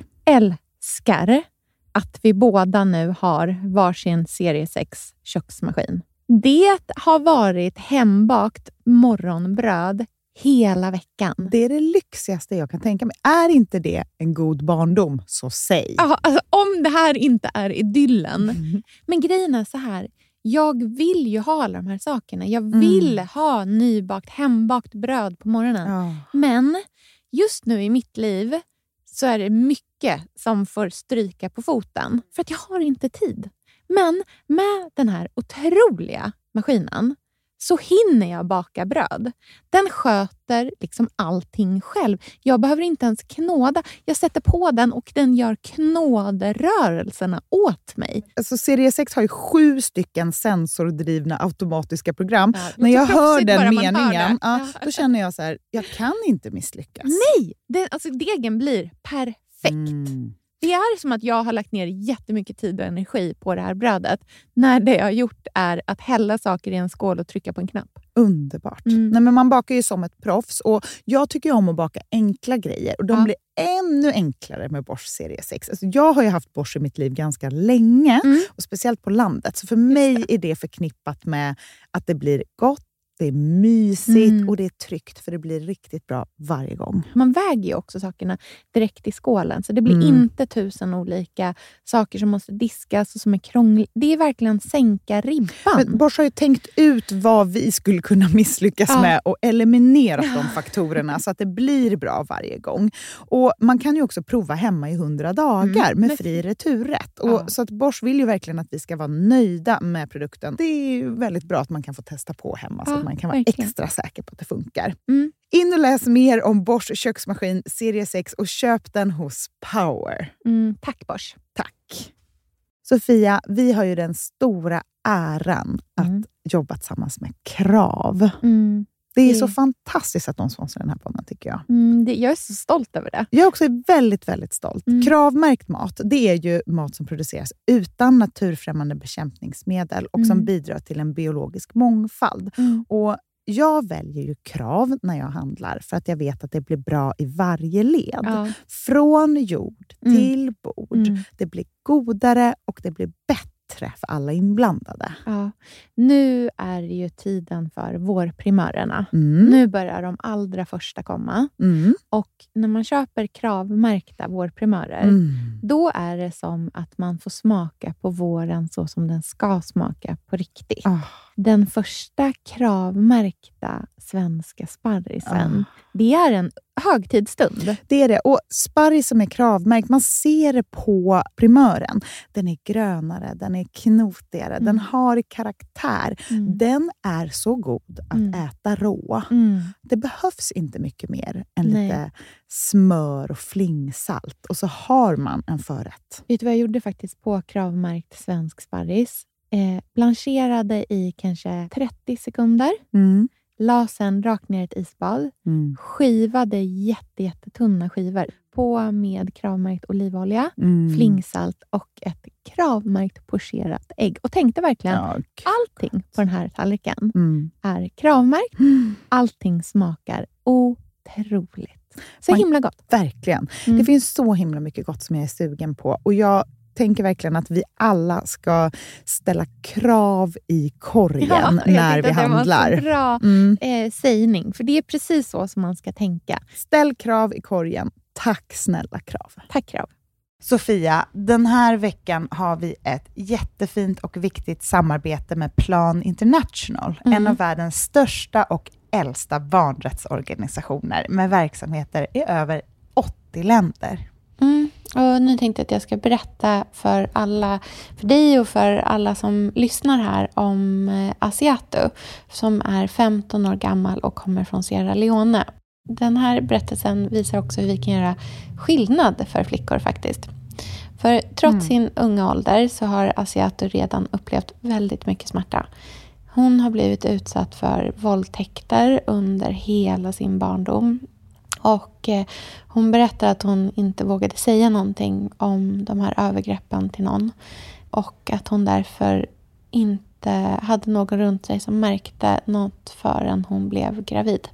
Älskar att vi båda nu har varsin serie sex köksmaskin. Det har varit hembakt morgonbröd hela veckan.
Det är det lyxigaste jag kan tänka mig. Är inte det en god barndom, så säg.
Ja, alltså, om det här inte är idyllen. Mm. Men grejen är så här. Jag vill ju ha alla de här sakerna. Jag vill mm. ha nybakt, hembakt bröd på morgonen. Ja. Men just nu i mitt liv så är det mycket som får stryka på foten. För att jag har inte tid. Men med den här otroliga maskinen så hinner jag baka bröd. Den sköter liksom allting själv. Jag behöver inte ens knåda. Jag sätter på den och den gör knåderörelserna åt mig.
Alltså Serie sex har ju sju stycken sensordrivna automatiska program.
Ja,
När jag hör den
meningen,
hör ja, då känner jag så här, jag kan inte misslyckas.
Nej, det, alltså degen blir perfekt. Mm. Det är som att jag har lagt ner jättemycket tid och energi på det här brödet. När det jag har gjort är att hälla saker i en skål och trycka på en knapp.
Underbart. Mm. Nej, men man bakar ju som ett proffs. Och jag tycker om att baka enkla grejer. Och de ja. blir ännu enklare med Bosch Serie sex. Alltså jag har ju haft Bosch i mitt liv ganska länge. Mm. Och speciellt på landet. Så för mig det. är det förknippat med att det blir gott. Det är mysigt mm. och det är tryggt för det blir riktigt bra varje gång.
Man väger ju också sakerna direkt i skålen. Så det blir mm. inte tusen olika saker som måste diskas och som är krångligt. Det är verkligen sänka ribban.
Men Bosch har ju tänkt ut vad vi skulle kunna misslyckas ja. med och eliminera de faktorerna så att det blir bra varje gång. Och man kan ju också prova hemma i hundra dagar mm. med fri returrätt. Och ja. Så att Bosch vill ju verkligen att vi ska vara nöjda med produkten. Det är ju väldigt bra att man kan få testa på hemma ja. så att man kan vara verkligen. extra säker på att det funkar. Mm. In och läs mer om Bosch köksmaskin Serie sex och köp den hos Power.
Mm, tack Bosch.
Tack. Sofia, vi har ju den stora äran mm. att jobba tillsammans med Krav. Mm. Det är det... så fantastiskt att de sponsrar den här podden tycker jag.
Mm, det, jag är så stolt över det.
Jag är också väldigt, väldigt stolt. Mm. Kravmärkt mat, det är ju mat som produceras utan naturfrämmande bekämpningsmedel och mm. som bidrar till en biologisk mångfald. Mm. Och jag väljer ju Krav när jag handlar för att jag vet att det blir bra i varje led. Ja. Från jord mm. till bord. Mm. Det blir godare och det blir bättre för alla inblandade.
Ja. Nu är det ju tiden för vårprimörerna. Mm. Nu börjar de allra första komma. Mm. Och när man köper kravmärkta vårprimörer mm. då är det som att man får smaka på våren så som den ska smaka på riktigt. Oh. Den första kravmärkta svenska sparrisen. Oh. Det är en högtidsstund.
Det är det. Och sparris som är kravmärkt, man ser det på primören. Den är grönare, den är knotigare, mm. den har karaktär. Mm. Den är så god att mm. äta rå. Mm. Det behövs inte mycket mer än Nej. lite smör och flingsalt. Och så har man en förrätt.
Vet du vad jag gjorde faktiskt på kravmärkt svensk sparris? Eh, blancherade i kanske trettio sekunder. Mm. La sen rakt ner ett isbad. Mm. Skivade jätte, jättetunna skivor. På med kravmärkt olivolja, mm. flingsalt och ett kravmärkt pocherat ägg. Och tänkte verkligen, ja, allting på den här tallriken mm. är kravmärkt. Mm. Allting smakar otroligt. Så Man, himla gott.
Verkligen. Mm. Det finns så himla mycket gott som jag är sugen på. Och jag tänker verkligen att vi alla ska ställa krav i korgen ja, när vi handlar.
Det var så bra mm. eh, sägning. För det är precis så som man ska tänka.
Ställ krav i korgen. Tack snälla Krav.
Tack Krav.
Sofia, den här veckan har vi ett jättefint och viktigt samarbete med Plan International. Mm. En av världens största och äldsta barnrättsorganisationer med verksamheter i över åttio länder.
Mm. Och nu tänkte jag att jag ska berätta för alla, för dig och för alla som lyssnar här om Asiato som är femton år gammal och kommer från Sierra Leone. Den här berättelsen visar också hur vi kan göra skillnad för flickor faktiskt. För trots mm. sin unga ålder så har Asiato redan upplevt väldigt mycket smärta. Hon har blivit utsatt för våldtäkter under hela sin barndom. Och eh, hon berättar att hon inte vågade säga någonting om de här övergreppen till någon. Och att hon därför inte hade någon runt sig som märkte något förrän hon blev gravid.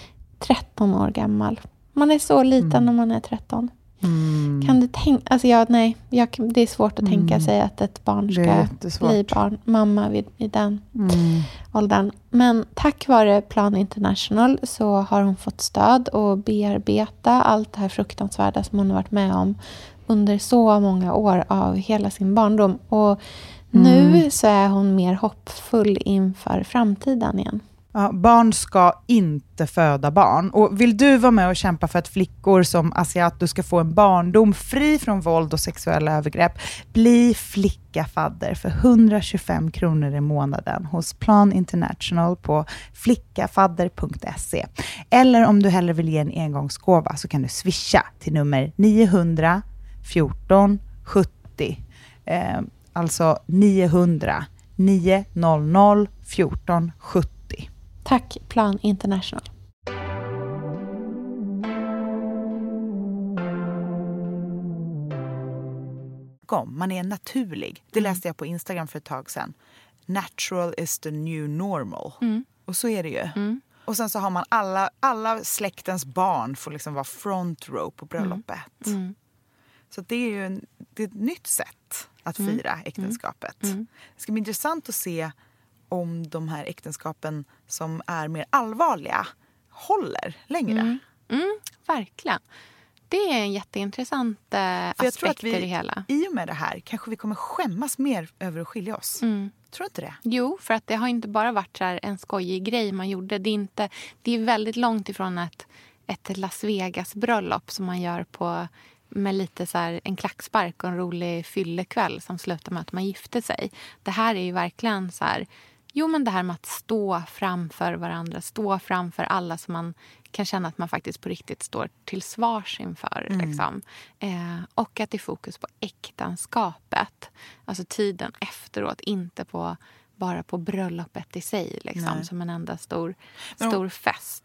tretton år gammal. Man är så liten mm. när man är tretton. Mm. Kan du tänka, alltså jag, nej, jag, det är svårt att tänka mm. sig att ett barn ska bli barn, mamma vid, i den mm. åldern. Men tack vare Plan International så har hon fått stöd och bearbeta allt det här fruktansvärda som hon har varit med om under så många år av hela sin barndom. Och mm. nu så är hon mer hoppfull inför framtiden igen.
Ja, barn ska inte föda barn. Och vill du vara med och kämpa för att flickor som Assiato ska få en barndom fri från våld och sexuella övergrepp, bli flickafadder för hundratjugofem kronor i månaden hos Plan International på flickafadder punkt se. Eller om du hellre vill ge en engångsgåva så kan du swisha till nummer niohundra fjorton sjuttio. Eh, alltså niohundra niohundra fjorton sjuttio.
Tack Plan International.
Man är naturlig. Det läste jag på Instagram för ett tag sedan. Natural is the new normal. Mm. Och så är det ju. Mm. Och sen så har man alla, alla släktens barn får liksom vara front row på bröllopet. Mm. Mm. Så det är ju en, det är ett nytt sätt att fira mm. äktenskapet. Mm. Det ska bli intressant att se om de här äktenskapen som är mer allvarliga håller längre.
Mm. Mm, verkligen. Det är en jätteintressant eh, aspekt i det hela.
I och med det här kanske vi kommer skämmas mer över att skilja oss. Mm. Tror du inte det?
Jo, för att det har inte bara varit så här en skojig grej man gjorde. Det är, inte, det är väldigt långt ifrån ett, ett Las Vegas-bröllop som man gör på med lite så här en klackspark och en rolig fyllekväll som slutar med att man gifter sig. Det här är ju verkligen så här... Jo, men det här med att stå framför varandra, stå framför alla som man kan känna att man faktiskt på riktigt står till svars inför. Mm. Liksom. Eh, och att det är fokus på äktenskapet. Alltså tiden efteråt, inte på, bara på bröllopet i sig. Liksom, som en enda stor, stor fest.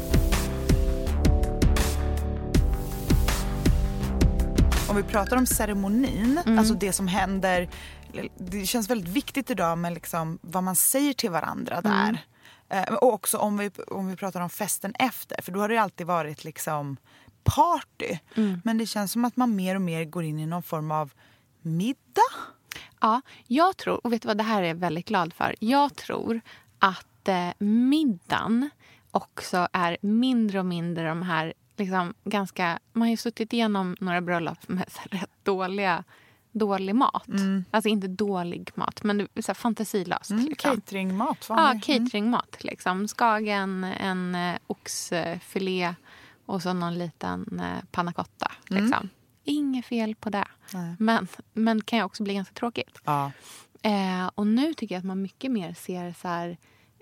Om vi pratar om ceremonin, mm. alltså det som händer... Det känns väldigt viktigt idag med liksom vad man säger till varandra där. Mm. Och också om vi, om vi pratar om festen efter. För då har det alltid varit liksom party. Mm. Men det känns som att man mer och mer går in i någon form av middag.
Ja, jag tror, och vet du vad, det här är jag väldigt glad för. Jag tror att eh, middagen också är mindre och mindre de här liksom ganska... Man har ju suttit igenom några bröllop med så rätt dåliga... dålig mat. Mm. Alltså inte dålig mat, men så här fantasilöst.
Mm,
liksom.
Cateringmat.
Ja, cateringmat. Liksom. Skagen, en eh, oxfilé och så någon liten eh, panna cotta. Liksom. Mm. Inget fel på det. Men, men kan ju också bli ganska tråkigt. Ja. Eh, och nu tycker jag att man mycket mer ser så här...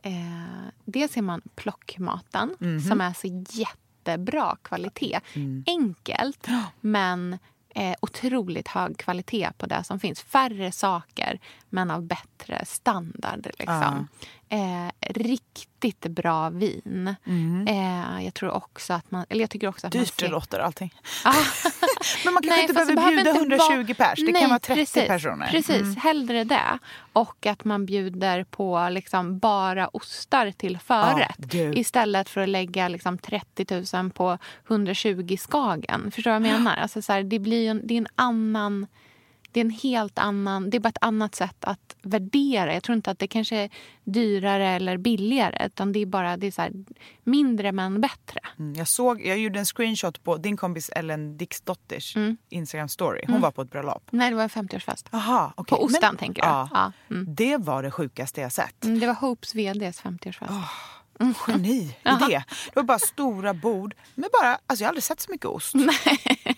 Eh, dels ser man plockmaten mm-hmm. som är så jättebra kvalitet. Mm. Enkelt, men... Eh, otroligt hög kvalitet på det som finns. Färre saker, men av bättre standard. Liksom. Ja. Eh, riktigt bra vin. Mm. Eh, jag tror också att man... Eller jag tycker också att
dyrt
man ser...
det låter allting. Ah. Men man kanske nej, inte behöver bjuda inte hundratjugo vara... pers. Det nej, kan vara trettio
precis,
personer.
Precis,
mm.
hellre det. Och att man bjuder på liksom bara ostar till förrätt. Ah, istället för att lägga liksom trettio tusen på hundratjugo Skagen. Förstår du vad jag menar? Alltså, så här, det blir en, det är en annan... Det är en helt annan... Det är bara ett annat sätt att värdera. Jag tror inte att det kanske är dyrare eller billigare. Utan det är bara det är så här, mindre men bättre.
Mm, jag såg... Jag gjorde en screenshot på din kompis Ellen Dixdotters mm. Instagram-story. Hon mm. var på ett bröllop.
Nej, det var en femtioårsfest.
Aha, okay.
På ostan, men, tänker du?
Ja,
ja. Mm.
Det var det sjukaste jag sett.
Mm, det var Hopes vd:s femtioårsfest. Oh.
Mm. Geni i det. Det var bara stora bord. Men bara... Alltså jag har aldrig sett så mycket ost.
Nej.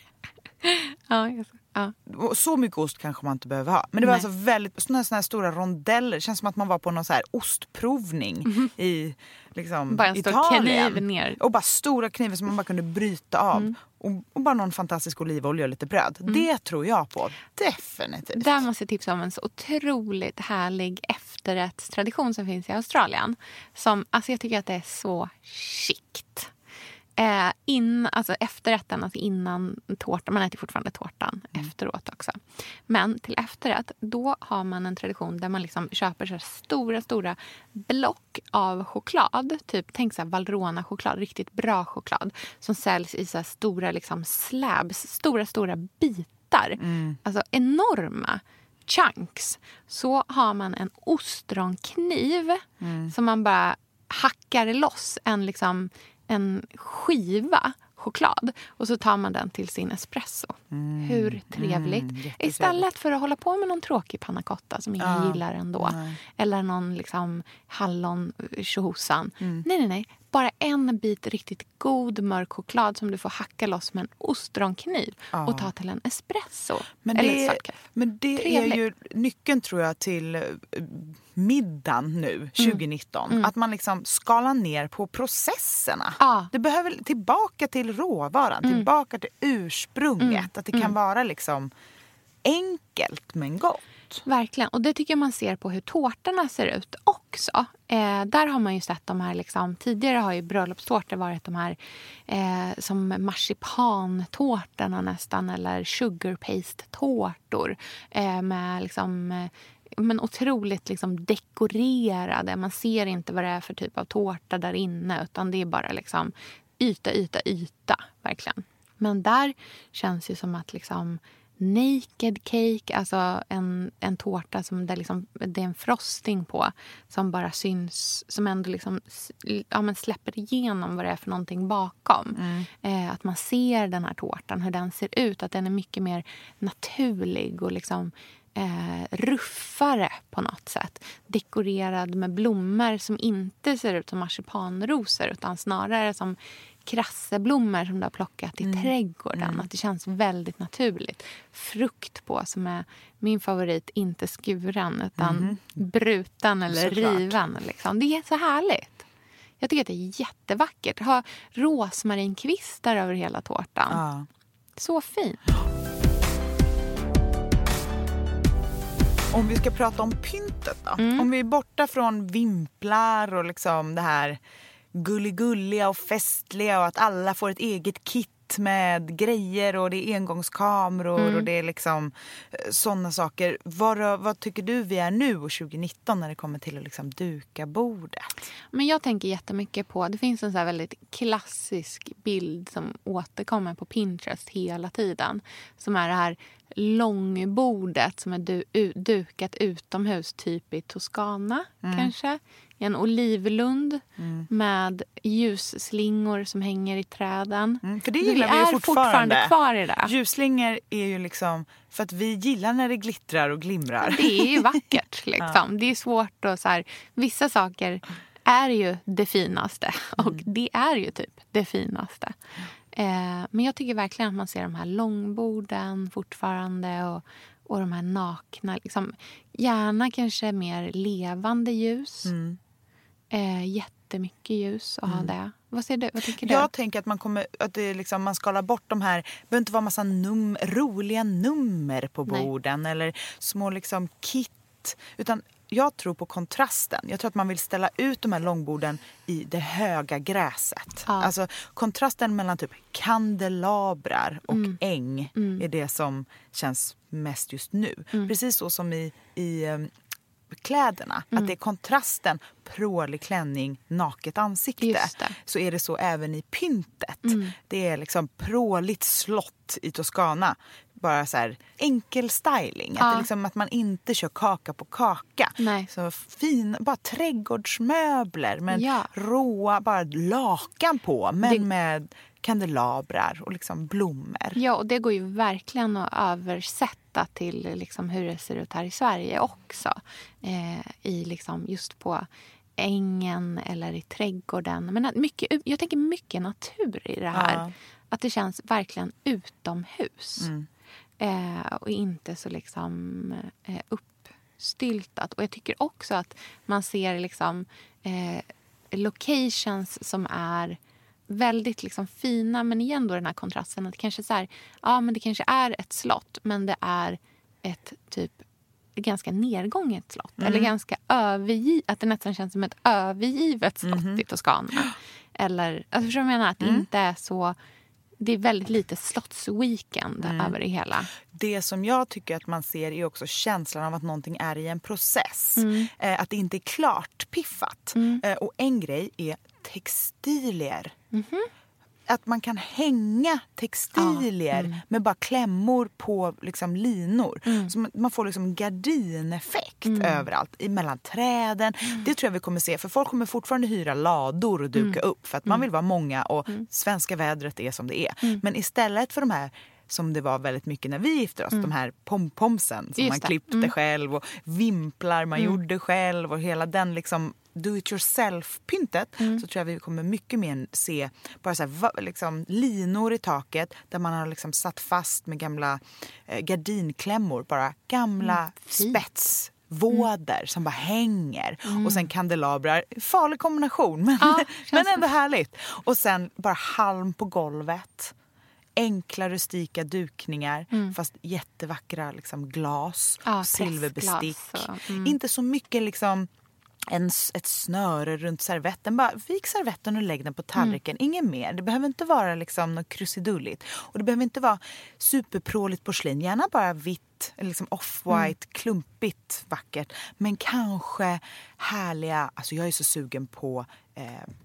Ja, jag så. Ja.
Så mycket ost kanske man inte behöver ha. Men det var Nej. alltså väldigt såna här, såna här stora rondeller. Det känns som att man var på någon så här ostprovning mm. i liksom,
bara en stor
Italien.
Kniv ner.
Och bara stora knivar som man bara kunde bryta av. Mm. Och, och bara någon fantastisk olivolja och lite bröd. Mm. Det tror jag på. Definitivt.
Där måste jag tipsa om en så otroligt härlig efterrättstradition som finns i Australien. Som, alltså jag tycker att det är så chict. Eh, in, alltså efterrätten, alltså innan tårtan. Man äter fortfarande tårtan mm. efteråt också. Men till efterrätt, då har man en tradition där man liksom köper så här stora, stora block av choklad. Typ, tänk så här Valrhona-choklad, riktigt bra choklad. Som säljs i så här stora liksom slabs, stora, stora bitar. Mm. Alltså enorma chunks. Så har man en ostronkniv mm. som man bara hackar loss en liksom... en skiva choklad. Och så tar man den till sin espresso. Mm. Hur trevligt. Mm, istället för att hålla på med någon tråkig panna cotta som ingen ja. gillar ändå. Nej. Eller någon liksom hallon tjohosan. Mm. Nej, nej, nej. Bara en bit riktigt god mörk choklad som du får hacka loss med en ostronkniv ja. och ta till en espresso.
Men
eller
det,
svart kaffe.
Men det Trevligt. är ju nyckeln tror jag till middagen nu, tjugonitton. Mm. Att man liksom skalar ner på processerna. Ja. Det behöver tillbaka till råvaran, mm. tillbaka till ursprunget. Mm. Att det kan mm. vara liksom enkelt men gott.
Verkligen. Och det tycker jag man ser på hur tårtorna ser ut också. Eh, där har man ju sett de här, liksom, tidigare har ju bröllopstårtor varit de här eh, som marsipantårtorna nästan, eller sugar paste-tårtor eh, med liksom... Eh, men otroligt liksom dekorerade. Man ser inte vad det är för typ av tårta där inne, utan det är bara liksom yta, yta, yta, verkligen. Men där känns det som att liksom naked cake, alltså en, en tårta som det, liksom, det är en frosting på som bara syns, som ändå liksom, ja, men släpper igenom vad det är för någonting bakom. Mm. Eh, att man ser den här tårtan, hur den ser ut, att den är mycket mer naturlig och liksom Eh, ruffare på något sätt. Dekorerad med blommor som inte ser ut som marsipanrosor utan snarare som krasseblommor som du har plockat i mm. trädgården. Mm. Att det känns väldigt naturligt. Frukt på som är min favorit, inte skuren utan mm. bruten eller Såklart. riven. Liksom. Det är så härligt. Jag tycker att det är jättevackert. Ha rosmarinkvistar över hela tårtan. Ja. Så fint.
Om vi ska prata om pyntet då. Mm. Om vi är borta från vimplar och liksom det här gulligulliga och festliga och att alla får ett eget kit med grejer och det är engångskameror mm. och det är liksom sådana saker. Vad, vad tycker du vi är nu och tjugonitton när det kommer till att liksom duka bordet?
Men jag tänker jättemycket på, det finns en så här väldigt klassisk bild som återkommer på Pinterest hela tiden. Som är det här långbordet som är du, u, dukat utomhus, typ i Toscana mm. kanske. I en olivlund mm. med ljusslingor som hänger i träden. Mm,
för det gillar vi, vi är fortfarande.
fortfarande kvar i det.
Ljusslingor är ju liksom, för att vi gillar när det glittrar och glimrar.
Det är ju vackert liksom. Ja. Det är svårt att så här, vissa saker är ju det finaste och mm. det är ju typ det finaste. Eh, men jag tycker verkligen att man ser de här långborden fortfarande och, och de här nakna, liksom, gärna kanske mer levande ljus. Mm. Eh, jättemycket ljus att mm. ha det. Vad säger du? Vad tycker du?
Jag tänker att man kommer att det liksom, man skalar bort de här, det behöver inte vara massa num, roliga nummer på borden. Nej. Eller små liksom kit, utan jag tror på kontrasten. Jag tror att man vill ställa ut de här långborden i det höga gräset. Ja. Alltså kontrasten mellan typ kandelabrar och mm. äng mm. är det som känns mest just nu. Mm. Precis så som i, i um, kläderna. Mm. Att det är kontrasten, prålig klänning, naket ansikte. Så är det så även i pyntet. Mm. Det är liksom pråligt slott i Toscana. Bara så här enkel styling. Ja. Att, det liksom, att man inte kör kaka på kaka.
Nej.
Så fin, bara trädgårdsmöbler. Men ja. råa, bara lakan på. Men det... med kandelabrar och liksom blommor.
Ja, och det går ju verkligen att översätta till liksom hur det ser ut här i Sverige också. Eh, i liksom just på ängen eller i trädgården. Men mycket, jag tänker mycket natur i det här. Ja. Att det känns verkligen utomhus. Mm. Eh, och inte så liksom eh, uppstyltat. Och jag tycker också att man ser liksom eh, locations som är väldigt liksom fina, men igen då den här kontrasten att kanske så här, ja men det kanske är ett slott, men det är ett typ ganska nedgånget slott mm. eller ganska övergivet, att det nästan känns som ett övergivet slott mm. i Toscana. Eller alltså förstår jag menar att mm. det inte är så, det är väldigt lite slottsweekend mm. över det hela.
Det som jag tycker att man ser är också känslan av att någonting är i en process. Mm. Eh, att det inte är klart piffat. Mm. Eh, och en grej är textilier. Mm-hmm. att man kan hänga textilier
ja. mm.
med bara klämmor på liksom linor. Mm. Så man får liksom gardineffekt mm. överallt, mellan träden. Mm. Det tror jag vi kommer se, för folk kommer fortfarande hyra lador och duka mm. upp för att man
mm.
vill vara många och
mm.
svenska vädret är som det är.
Mm.
Men istället för de här som det var väldigt mycket när vi gifte oss. Mm. De här pompomsen som
Just
man
det.
klippte
mm.
själv och vimplar man
Mm.
gjorde själv och hela den liksom do-it-yourself-pyntet
Mm.
så tror jag vi kommer mycket mer se bara så här, liksom, linor i taket där man har liksom satt fast med gamla eh, gardinklämmor, bara gamla
Mm.
spets. Våder mm. som bara hänger
mm.
och sen kandelabrar. Farlig kombination men,
ja,
men ändå härligt. Och sen bara halm på golvet. Enkla rustika dukningar mm. fast jättevackra liksom glas,
ja,
silverbestick.
Och, mm.
Inte så mycket liksom en, ett snöre runt servetten. Bara vik servetten och lägg den på tallriken. Mm. Ingen mer. Det behöver inte vara liksom något krusidulligt. Och det behöver inte vara superpråligt porslin. Gärna bara vitt, liksom off-white, mm. klumpigt, vackert. Men kanske härliga... Alltså jag är så sugen på eh,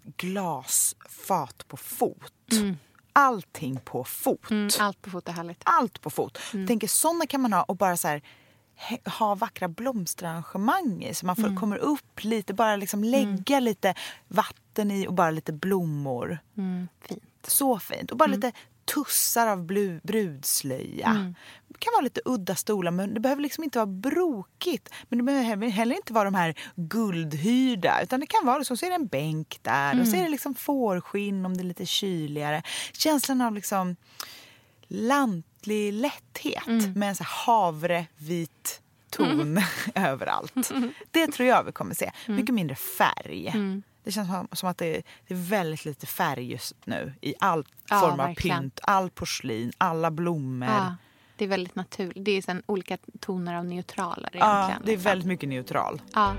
glasfat på fot. Mm. Allting på fot.
Mm, allt på fot är härligt.
Allt på fot. Mm. Tänker sådana kan man ha och bara så här ha vackra blomsterarrangemang i så man får, mm. kommer upp lite, bara liksom lägga mm. lite vatten i och bara lite blommor.
Mm, fint.
Så fint. Och bara
mm.
lite tussar av blu, brudslöja.
Mm.
Det kan vara lite udda stolar men det behöver liksom inte vara brokigt. Men det behöver heller inte vara de här guldhyrda utan det kan vara så, så är det en bänk där mm. och så är det liksom fårskinn om det är lite kyligare. Känslan av liksom lantlig lätthet mm. med en så här havrevit ton mm. överallt. Mm. Det tror jag vi kommer se. Mm. Mycket mindre färg. Mm. Det känns som, som att det är, det är väldigt lite färg just nu i all
ja,
form av
verkligen.
pynt, all porslin, alla blommor.
Ja, det är väldigt naturligt. Det är sen olika toner av neutraler egentligen.
Ja, det är
liksom.
väldigt mycket neutral.
Ja.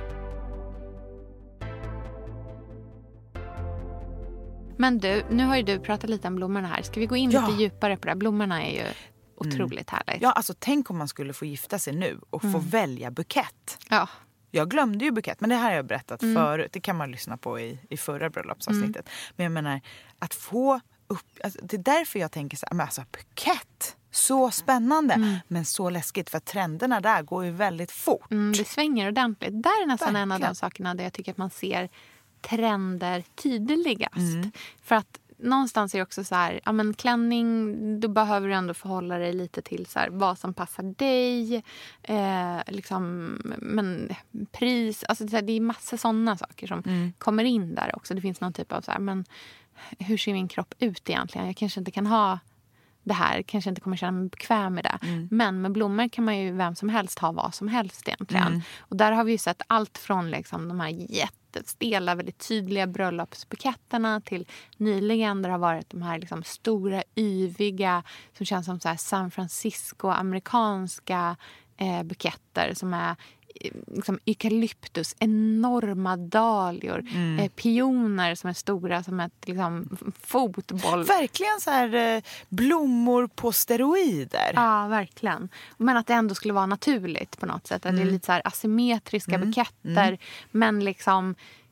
Men du, nu har ju du pratat lite om blommorna här. Ska vi gå in
ja.
lite djupare på det? Blommorna är ju otroligt mm. härligt.
Ja, alltså tänk om man skulle få gifta sig nu och mm. få välja bukett.
Ja.
Jag glömde ju bukett, men det här har jag berättat
mm.
förut. Det kan man lyssna på i, i förra bröllopsavsnittet. Mm. Men jag menar, att få upp... Alltså, det är därför jag tänker så här, men alltså bukett, så spännande. Mm. Men så läskigt, för trenderna där går ju väldigt fort.
Mm, det svänger ordentligt. Där är nästan
Verkligen.
en av de sakerna där jag tycker att man ser trender tydligast. Mm. För att någonstans är det också så här, ja men klänning, då behöver du ändå förhålla dig lite till så här, vad som passar dig, eh, liksom, men pris, alltså det är, det är massa sådana saker som mm. kommer in där också. Det finns någon typ av så här, men hur ser min kropp ut egentligen? Jag kanske inte kan ha det här, kanske inte kommer känna mig bekväm med det. Mm. Men med blommor kan man ju vem som helst ha vad som helst egentligen. Mm. Och där har vi ju sett allt från liksom de här jättestela, väldigt tydliga bröllopsbuketterna till nyligen där det har varit de här liksom stora, yviga, som känns som så här San Francisco-amerikanska eh, buketter som är liksom eukalyptus, enorma dahlior, mm. eh, pioner som är stora som ett liksom, fotboll.
Verkligen så här eh, blommor på steroider.
Ja, verkligen. Men att det ändå skulle vara naturligt på något sätt. Att mm. det är lite så här asymmetriska mm. buketter, mm. men liksom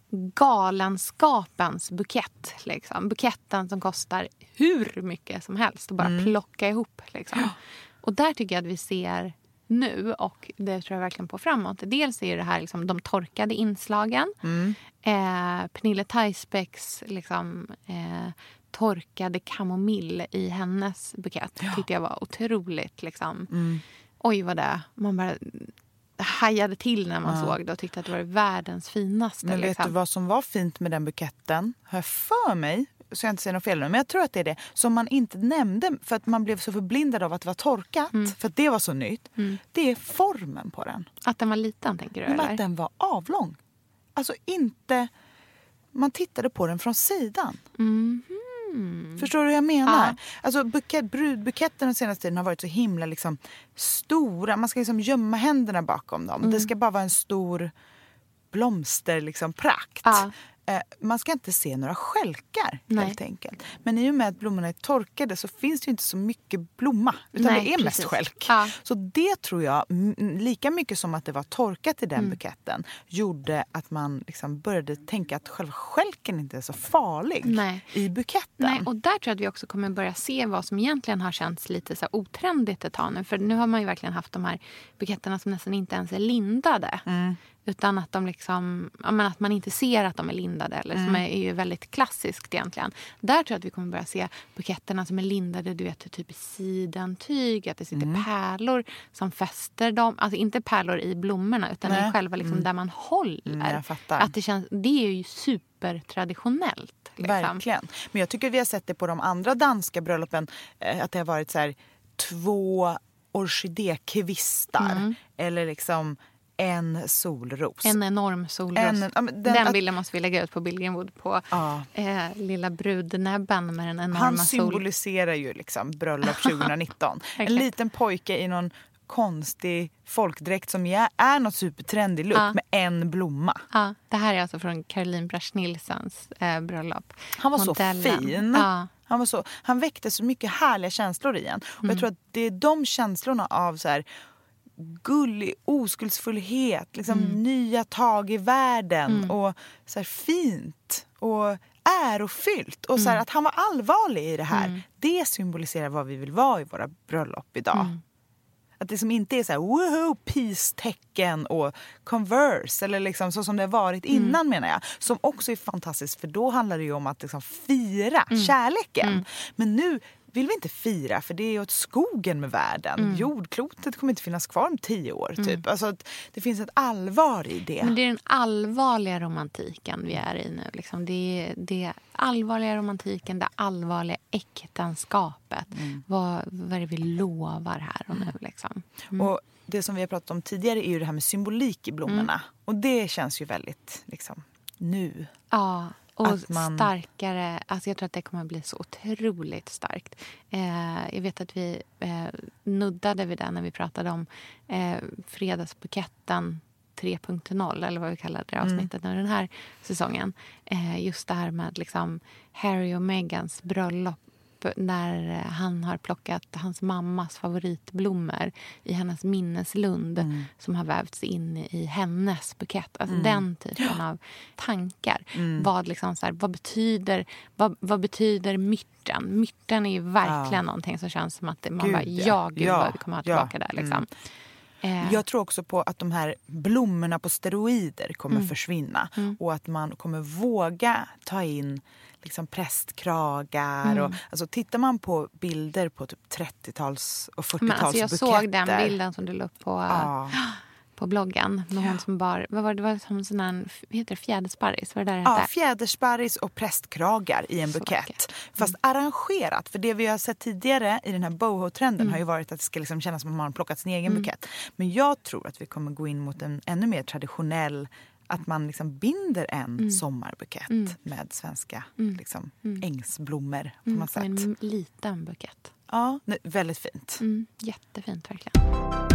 galenskapens bukett. Liksom. Buketten som kostar hur mycket som helst och bara mm. plocka ihop. Liksom. Ja. Och där tycker jag att vi ser nu, och det tror jag verkligen på framåt. Dels är det här liksom, de torkade inslagen. Mm. Eh, Pernille Theisbecks liksom, eh, torkade kamomill i hennes bukett. Ja. Tyckte jag var otroligt. Liksom. Mm. Oj vad det, man bara hajade till när man ja. såg det och tyckte att det var världens finaste.
Men vet
liksom.
du vad som var fint med den buketten? Har jag för mig, så jag inte säger något fel nu, men jag tror att det är det som man inte nämnde för att man blev så förblindad av att det var torkat, mm. för att det var så nytt. Mm. Det är formen på den.
Att den var liten, tänker du?
Men
eller?
Att den var avlång. Alltså inte, man tittade på den från sidan.
Mm.
Förstår du hur jag menar?
Ja.
Alltså bukett, brudbuketten den senaste tiden har varit så himla liksom stora. Man ska liksom gömma händerna bakom dem. Mm. Det ska bara vara en stor blomster liksom prakt.
Ja.
Eh, man ska inte se några skälkar
Nej.
helt enkelt. Men i och med att blommorna är torkade så finns det ju inte så mycket blomma. Utan
Nej,
det är
precis.
mest skälk.
Ja.
Så det tror jag, m- lika mycket som att det var torkat i den
Mm.
buketten, gjorde att man liksom började tänka att själva skälken inte är så farlig
Nej.
i buketten.
Nej, och där tror jag att vi också kommer börja se vad som egentligen har känts lite så här otrendigt ett tag nu. För nu har man ju verkligen haft de här buketterna som nästan inte ens är lindade.
Mm.
Utan att de liksom, ja, men att man inte ser att de är lindade. Eller,
Mm.
som är, är ju väldigt klassiskt egentligen. Där tror jag att vi kommer börja se buketterna som är lindade, du vet, typ i sidentyg. Att det sitter
Mm.
pärlor som fäster dem. Alltså inte pärlor i blommorna utan
Nej.
i själva liksom,
Mm.
där man håller.
Mm, jag fattar.
Att det, känns, det är ju supertraditionellt. Liksom.
Verkligen. Men jag tycker att vi har sett det på de andra danska bröllopen. Eh, att det har varit så här två orkidékvistar.
Mm.
Eller liksom en solros.
En enorm solros.
En- ja, men den-
den
att-
bilden måste vi lägga ut på Billgrenwood på
Ja.
eh, lilla brudnäbben med den enorma
Han
sol...
symboliserar ju liksom bröllop tjugonitton. En
Verkligen.
liten pojke i någon konstig folkdräkt som är, är något supertrendig look
Ja.
med en blomma.
Ja, det här är alltså från Caroline Brasch Nilssons eh, bröllopp.
Han var
Modellen.
så fin.
Ja.
Han, var så, han väckte så mycket härliga känslor i en. Och
Mm.
jag tror att det är de känslorna av så här gullig oskuldsfullhet, liksom
Mm.
nya tag i världen och så här fint och ärofyllt. Och så
Mm.
här, att han var allvarlig i det här, det symboliserar vad vi vill vara i våra bröllop idag.
Mm.
Att det som inte är så här woohoo, peace-tecken och Converse eller liksom så som det har varit
Mm.
innan menar jag. Som också är fantastiskt för då handlar det ju om att liksom fira
Mm.
kärleken. Men nu vill vi inte fira för det är åt skogen med världen.
Mm.
Jordklotet kommer inte finnas kvar om tio år typ. Alltså att det finns ett allvar i det.
Men det är den allvarliga romantiken vi är i nu. Liksom. Det är det allvarliga romantiken, det allvarliga äktenskapet.
Mm.
Vad, vad är det vi lovar här och nu? Liksom. Mm.
Och det som vi har pratat om tidigare är ju det här med symbolik i blommorna.
Mm.
Och det känns ju väldigt liksom nu.
Ja, och
Att man-
starkare. Alltså jag tror att det kommer att bli så otroligt starkt. Eh, jag vet att vi eh, nuddade vid det när vi pratade om eh, fredagsbuketten tre punkt noll eller vad vi kallar det avsnittet mm. den här säsongen. Eh, just det här med liksom Harry och Meghans bröllop när han har plockat hans mammas favoritblommor i hennes minneslund
Mm.
som har vävts in i hennes bukett. Alltså
Mm.
den typen av tankar.
Mm.
Vad, liksom så här, vad, betyder, vad, vad betyder myrten? Myrten är ju verkligen
Ja.
någonting som känns som att det, man
Gud,
bara,
ja.
ja gud
Ja,
vad vi kommer ha tillbaka
ja.
där. Liksom. Eh,
Jag tror också på att de här blommorna på steroider kommer
Mm.
försvinna.
Mm.
Och att man kommer våga ta in liksom prästkragar.
Mm.
Och, alltså, tittar man på bilder på typ trettiotals och
men
fyrtiotals
alltså jag
buketter.
såg den bilden som du la upp på,
Ja.
på bloggen. Med hon som bar, vad var det, det var som sån här, vad heter det, fjädersparris? Var det där det
Ja,
hette?
fjädersparris och prästkragar i en
Så
bukett.
vackert.
Fast arrangerat. För det vi har sett tidigare i den här boho-trenden
Mm.
har ju varit att det ska liksom kännas som att man har plockat sin egen bukett. Men jag tror att vi kommer gå in mot en ännu mer traditionell, att man liksom binder en
Mm.
sommarbukett
Mm.
med svenska
Mm.
liksom,
Mm.
ängsblommor på
Mm,
något
som
sätt.
en liten bukett.
Ja, nej, väldigt fint.
Mm, jättefint verkligen.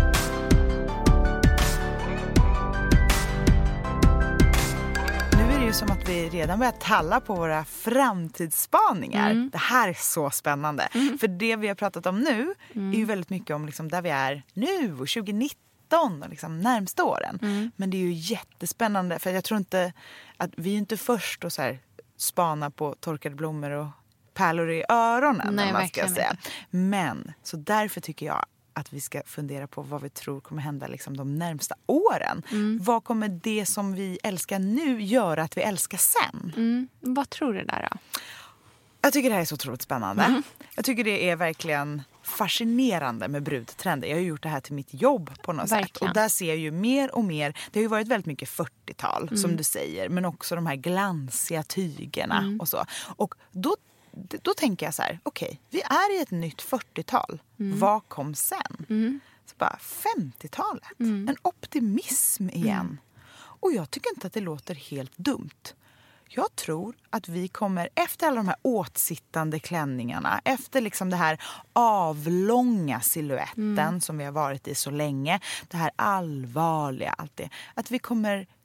Nu är det ju som att vi redan börjar talla på våra framtidsspaningar.
Mm.
Det här är så spännande. För det vi har pratat om nu är ju väldigt mycket om liksom där vi är nu och tjugonitton och liksom närmsta åren.
Mm.
Men det är ju jättespännande för jag tror inte att vi är inte först och så här spana på torkade blommor och pärlor i öronen.
Nej,
om man ska
verkligen
säga.
inte.
Men så därför tycker jag att vi ska fundera på vad vi tror kommer hända liksom de närmsta åren.
Mm.
Vad kommer det som vi älskar nu göra att vi älskar sen?
Mm. Vad tror du där då?
Jag tycker det här är så otroligt spännande.
Mm.
Jag tycker det är verkligen fascinerande med brudtrender. Jag har ju gjort det här till mitt jobb på något sätt.
Verkligen.
Och där ser jag ju mer och mer, det har ju varit väldigt mycket fyrtiotal
Mm.
som du säger. Men också de här glansiga tygerna
Mm.
och så. Och då, då tänker jag så här, okej, okay, vi är i ett nytt fyrtiotal.
Mm.
Vad kom sen?
Mm.
Så bara femtiotalet.
Mm.
En optimism igen. Och jag tycker inte att det låter helt dumt. Jag tror att vi kommer, efter alla de här åtsittande klänningarna, efter liksom det här avlånga siluetten
Mm.
som vi har varit i så länge, det här allvarliga, allt det, att vi kommer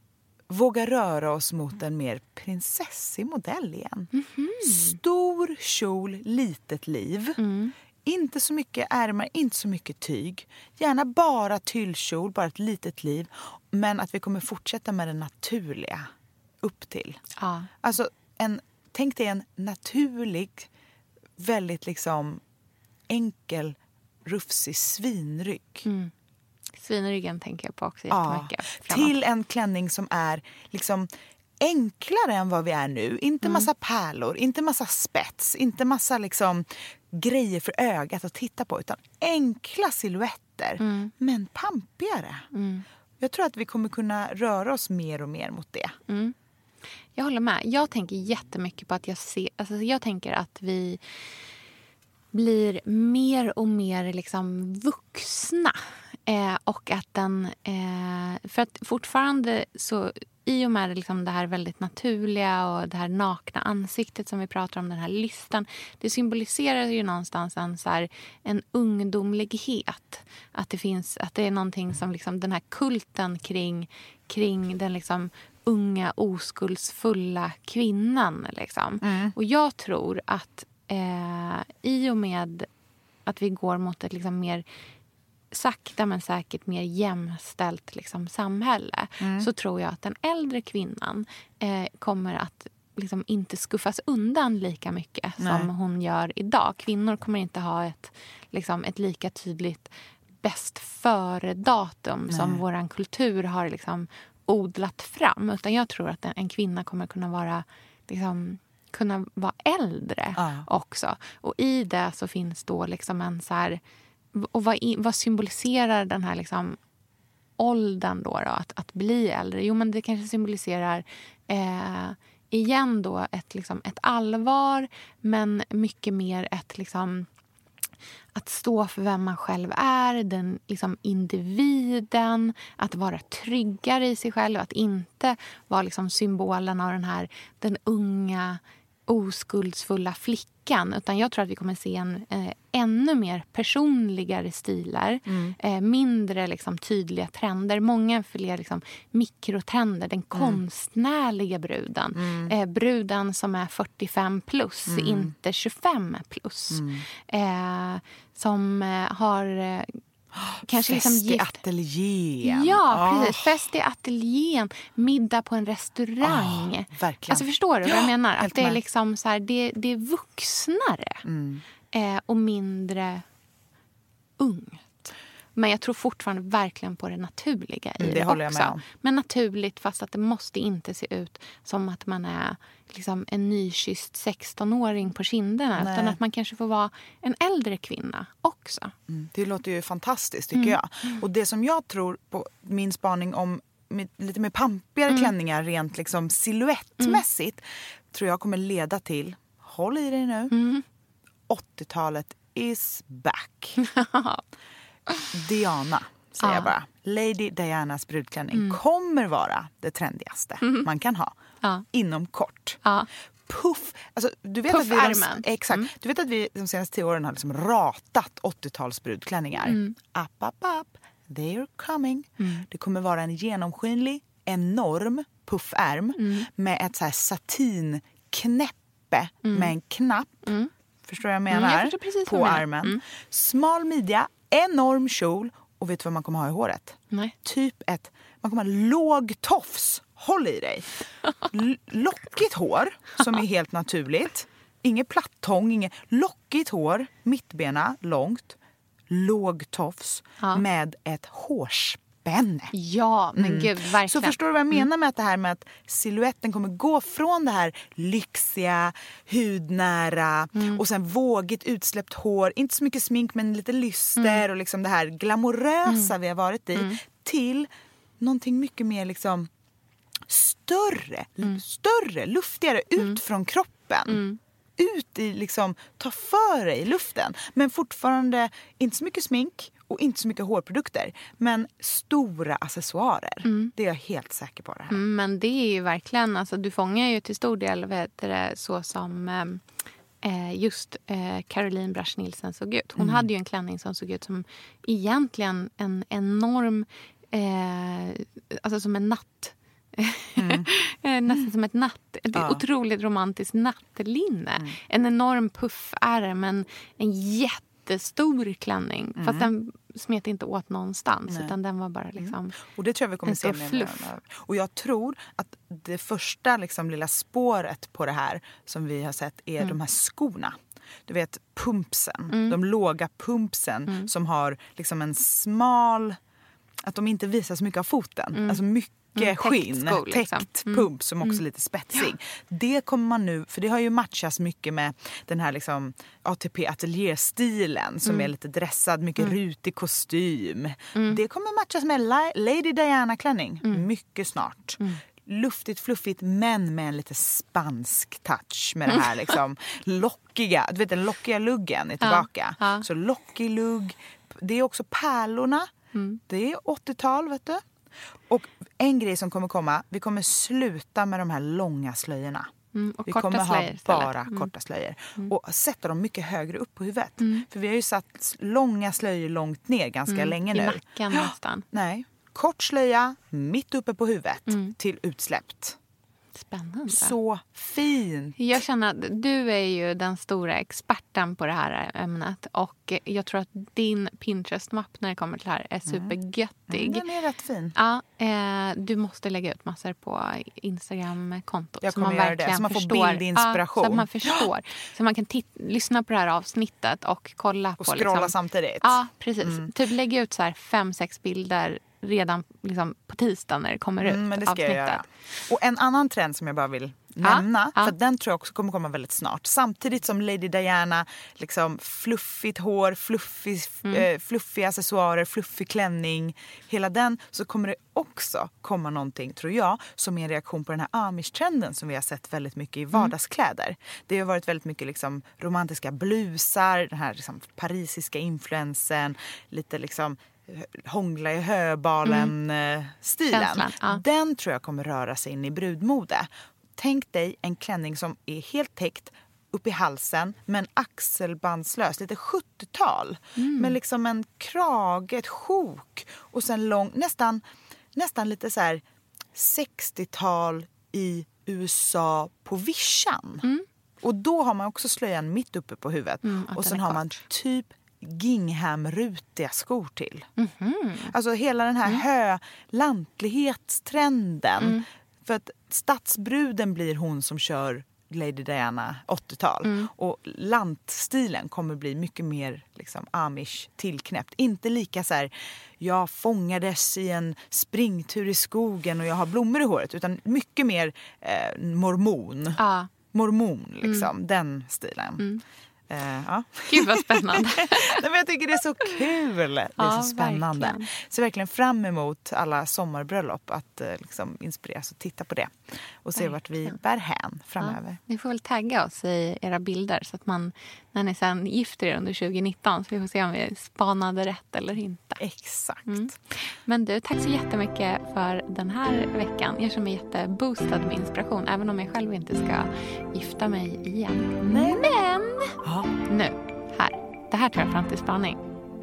våga röra oss mot en mer prinsessig modell igen. Mm-hmm. Stor kjol, litet liv. Mm. Inte så mycket ärmar, inte så mycket tyg. Gärna bara tyllkjol, bara ett litet liv. Men att vi kommer fortsätta med det naturliga upp till.
Ja.
Alltså, en, tänk dig en naturlig, väldigt liksom enkel, rufsig svinrygg.
Mm. Svinryggen tänker jag på också
jättemycket. Ja, till en klänning som är liksom enklare än vad vi är nu. Inte massa mm. pärlor, inte massa spets, inte massa liksom grejer för ögat att titta på. Utan enkla silhuetter, mm. men pampigare. Mm. Jag tror att vi kommer kunna röra oss mer och mer mot det.
Mm. Jag håller med. Jag tänker jättemycket på att jag ser... Alltså jag tänker att vi blir mer och mer liksom vuxna. Eh, och att den... Eh, för att fortfarande så... I och med liksom det här väldigt naturliga och det här nakna ansiktet som vi pratar om, den här listan. Det symboliserar ju någonstans en, så här, en ungdomlighet. Att det finns, att det är någonting som liksom, den här kulten kring, kring den liksom unga, oskuldsfulla kvinnan. Liksom. Mm. Och jag tror att eh, i och med att vi går mot ett liksom mer... sakta men säkert mer jämställt liksom, samhälle mm. så tror jag att den äldre kvinnan eh, kommer att liksom, inte skuffas undan lika mycket Nej. Som hon gör idag. Kvinnor kommer inte ha ett, liksom, ett lika tydligt bäst före-datum som våran kultur har liksom, odlat fram. Utan jag tror att en, en kvinna kommer kunna vara liksom, kunna vara äldre ah. också. Och i det så finns då liksom en så här... Och vad, vad symboliserar den här liksom åldern då, då att, att bli äldre? Jo, men det kanske symboliserar eh, igen då ett, liksom, ett allvar, men mycket mer ett liksom, att stå för vem man själv är, den liksom, individen, att vara tryggare i sig själv, att inte vara liksom, symbolen av den här den unga oskuldsfulla flickan, utan jag tror att vi kommer se en eh, ännu mer personligare stilar, mm. eh, mindre liksom, tydliga trender, många fler liksom, mikrotrender, den mm. konstnärliga bruden, mm. eh, bruden som är fyrtiofem plus, mm. inte tjugofem plus, mm. eh, som eh, har eh, kanske
fest
liksom
i ateljén.
Ja,
oh.
precis. Fest i ateljén. Middag på en restaurang.
Oh, verkligen.
Alltså förstår du
ja,
vad jag menar? Att det är
med.
liksom så här, det, det är vuxnare
mm.
eh, och mindre ungt. Men jag tror fortfarande verkligen på det naturliga i
det,
det
håller
också.
Jag med om.
Men naturligt, fast att det måste inte se ut som att man är liksom en nykysst sexton-åring på kinderna. Nej. Utan att man kanske får vara en äldre kvinna också.
Mm. Det låter ju fantastiskt tycker mm. jag. Och det som jag tror på min spaning om med, lite mer pampigare mm. klänningar rent liksom silhuettmässigt mm. tror jag kommer leda till, håll i dig nu,
mm.
åttiotalet is back. Diana, säger
ja.
jag bara. Lady Dianas brudklänning
mm.
kommer vara det trendigaste mm. man kan ha
ja.
inom kort.
Ja.
Puff, alltså, du vet
Puff
att vi de, exakt, mm. du vet att vi de senaste tio åren har liksom ratat åttio-tals brudklänningar. Mm. Up, up, up, they're coming. Mm. Det kommer vara en genomskinlig, enorm puffärm mm. med ett så här satinknäppe mm. med en knapp. Mm. Förstår jag menar?
Mm, jag precis
på armen. Mm. Smal midja, enorm kjol. Och vet du vad man kommer ha i håret?
Nej.
Typ ett, man kommer ha låg tofs. Håll i dig. L- lockigt hår som är helt naturligt. Inget plattång, inget lockigt hår, mittbena, långt. Låg tofs ja. Med ett hårspänne.
Ja, men mm. gud, verkligen.
Så förstår du vad jag menar med att det här med att silhuetten kommer gå från det här lyxiga, hudnära mm. och sen vågigt utsläppt hår, inte så mycket smink men lite lyster mm. och liksom det här glamorösa mm. vi har varit i mm. till någonting mycket mer liksom större, mm. större, luftigare, mm. ut från kroppen. Mm. Ut i liksom, ta för dig i luften. Men fortfarande inte så mycket smink och inte så mycket hårprodukter. Men stora accessoarer. Mm. Det är jag helt säker på det här.
Mm, men det är ju verkligen, alltså du fångar ju till stor del vet det, så som eh, just eh, Caroline Brasch Nielsen såg ut. Hon mm. hade ju en klänning som såg ut som egentligen en enorm, eh, alltså som en natt Mm. Nästan som ett natt, ett ja. otroligt romantiskt nattlinne. Mm. En enorm puffärm, en, en jättestor klänning. Mm. Fast den smet inte åt någonstans. Nej. Utan den var bara liksom mm.
Och det tror jag vi kommer se med fluff. Och jag tror att det första liksom, lilla spåret på det här som vi har sett är mm. de här skorna. Du vet pumpsen, mm. de låga pumpsen mm. som har liksom en smal, att de inte visar så mycket av foten. Mm. Alltså mycket mm, skinn,
skor, liksom.
täckt pump mm. som också är lite spetsig. Ja. Det kommer man nu, för det har ju matchats mycket med den här liksom A T P-ateljérstilen som mm. är lite dressad, mycket mm. rutig kostym. Mm. Det kommer matchas med Lady Diana-klänning mm. mycket snart. Mm. Luftigt, fluffigt, men med en lite spansk touch med det här liksom lockiga, du vet den lockiga luggen är tillbaka. Ja, ja. Så lockig lugg, det är också pärlorna. Mm. Det är åttiotal, vet du. Och en grej som kommer komma, vi kommer sluta med de här långa slöjorna.
Mm, och
vi
korta
kommer ha
slöjor
bara
mm.
korta slöjor.
Mm.
Och sätta dem mycket högre upp på huvudet.
Mm.
För vi har ju satt långa slöjor långt ner ganska
mm.
länge
I
nu.
I nacken nästan.
Nej. Kort slöja, mitt uppe på huvudet,
mm.
till utsläppt.
Spännande.
Så fint.
Jag känner att du är ju den stora experten på det här ämnet. Och jag tror att din Pinterest-mapp när det kommer till det här är supergöttig.
Mm, den är rätt fin.
Ja, eh, du måste lägga ut massor på Instagram-kontot.
Jag kommer
så man
göra
verkligen
det, så man får
förstår,
bildinspiration.
Ja, så att man förstår. Så man kan titt- lyssna på det här avsnittet och kolla
och
på...
Och scrolla
liksom,
samtidigt.
Ja, precis.
Mm.
Typ lägga ut så här fem, sex bilder redan liksom på tisdag när det kommer ut
mm, men det ska
avsnittet.
Jag göra. Och en annan trend som jag bara vill nämna,
ja,
för
ja.
den tror jag också kommer komma väldigt snart. Samtidigt som Lady Diana, liksom fluffigt hår, fluffig, mm. eh, fluffiga accessoarer, fluffig klänning, hela den, så kommer det också komma någonting, tror jag, som är en reaktion på den här Amish-trenden som vi har sett väldigt mycket i vardagskläder. Mm. Det har varit väldigt mycket liksom romantiska blusar, den här liksom parisiska influensen, lite liksom hångla i höbalen-stilen.
Mm. Ja.
Den tror jag kommer röra sig in i brudmode. Tänk dig en klänning som är helt täckt upp i halsen, men axelbandslös, lite sjuttiotal. Mm. Med liksom en krage, ett sjok och sen lång, nästan, nästan lite så här sextiotal i U S A på vischan. Mm. Och då har man också slöjan mitt uppe på huvudet. Mm, och sen har man typ Gingham-rutiga skor till. Mm-hmm. Alltså hela den här mm. hö-lantlighetstrenden. Mm. För att stadsbruden blir hon som kör Lady Diana åttiotal. Mm. Och lantstilen kommer bli mycket mer liksom Amish tillknäppt. Inte lika så här, jag fångades i en springtur i skogen och jag har blommor i håret. Utan mycket mer eh, mormon. Ah. Mormon liksom, mm. den stilen. Mm. Uh, ja.
Gud vad spännande.
Men jag tycker det är så kul. Det är ja, så spännande. Verkligen. Så verkligen fram emot alla sommarbröllop att uh, liksom inspireras och titta på det. Och se verkligen. Vart vi bär hän framöver. Ja,
ni får väl tagga oss i era bilder så att man, när ni sen gifter er under tjugonitton, så vi får se om vi spanade rätt eller inte.
Exakt.
Mm. Men du, tack så jättemycket för den här veckan. Jag känner mig jätteboostad med inspiration, även om jag själv inte ska gifta mig igen.
Nej.
Men
ja.
Nu, här. Det här tar jag fram till spaning.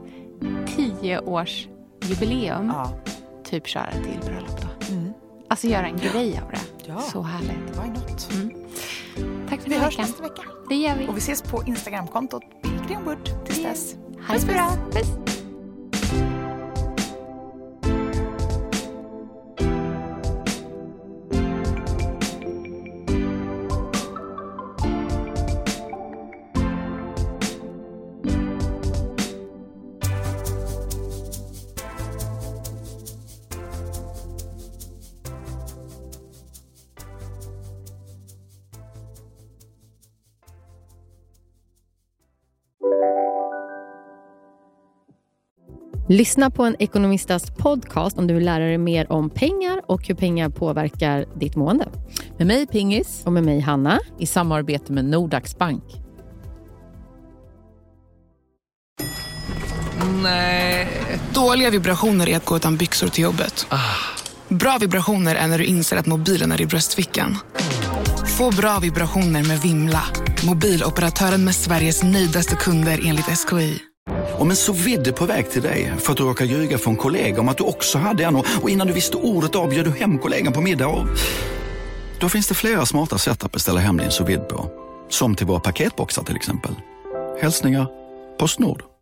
Tio års jubileum.
Ja.
Typ köra till bröllop då.
Mm.
Alltså göra en grej av det.
Ja.
Så härligt.
Why not?
Mm. Tack för
vi
den
hörs
veckan.
nästa vecka.
Det gör vi.
Och vi ses på Instagramkontot Bildgrenwood tills dess.
Ha det bra. Puss.
Lyssna på en ekonomistas podcast om du vill lära dig mer om pengar och hur pengar påverkar ditt mående.
Med mig Pingis
och med mig Hanna
i samarbete med Nordax Bank.
Nej. Dåliga vibrationer är att gå utan byxor till jobbet. Ah. Bra vibrationer är när du inser att mobilen är i bröstfickan. Få bra vibrationer med Vimla. Mobiloperatören med Sveriges nöjdaste kunder enligt S K I.
Om en sous vide är på väg till dig för att du råkar ljuga för en kollega om att du också hade en och innan du visste ordet av bjöd du hem kollegan på middag och... Då finns det flera smarta sätt att beställa hem din sous vide på. Som till våra paketboxar till exempel. Hälsningar Postnord.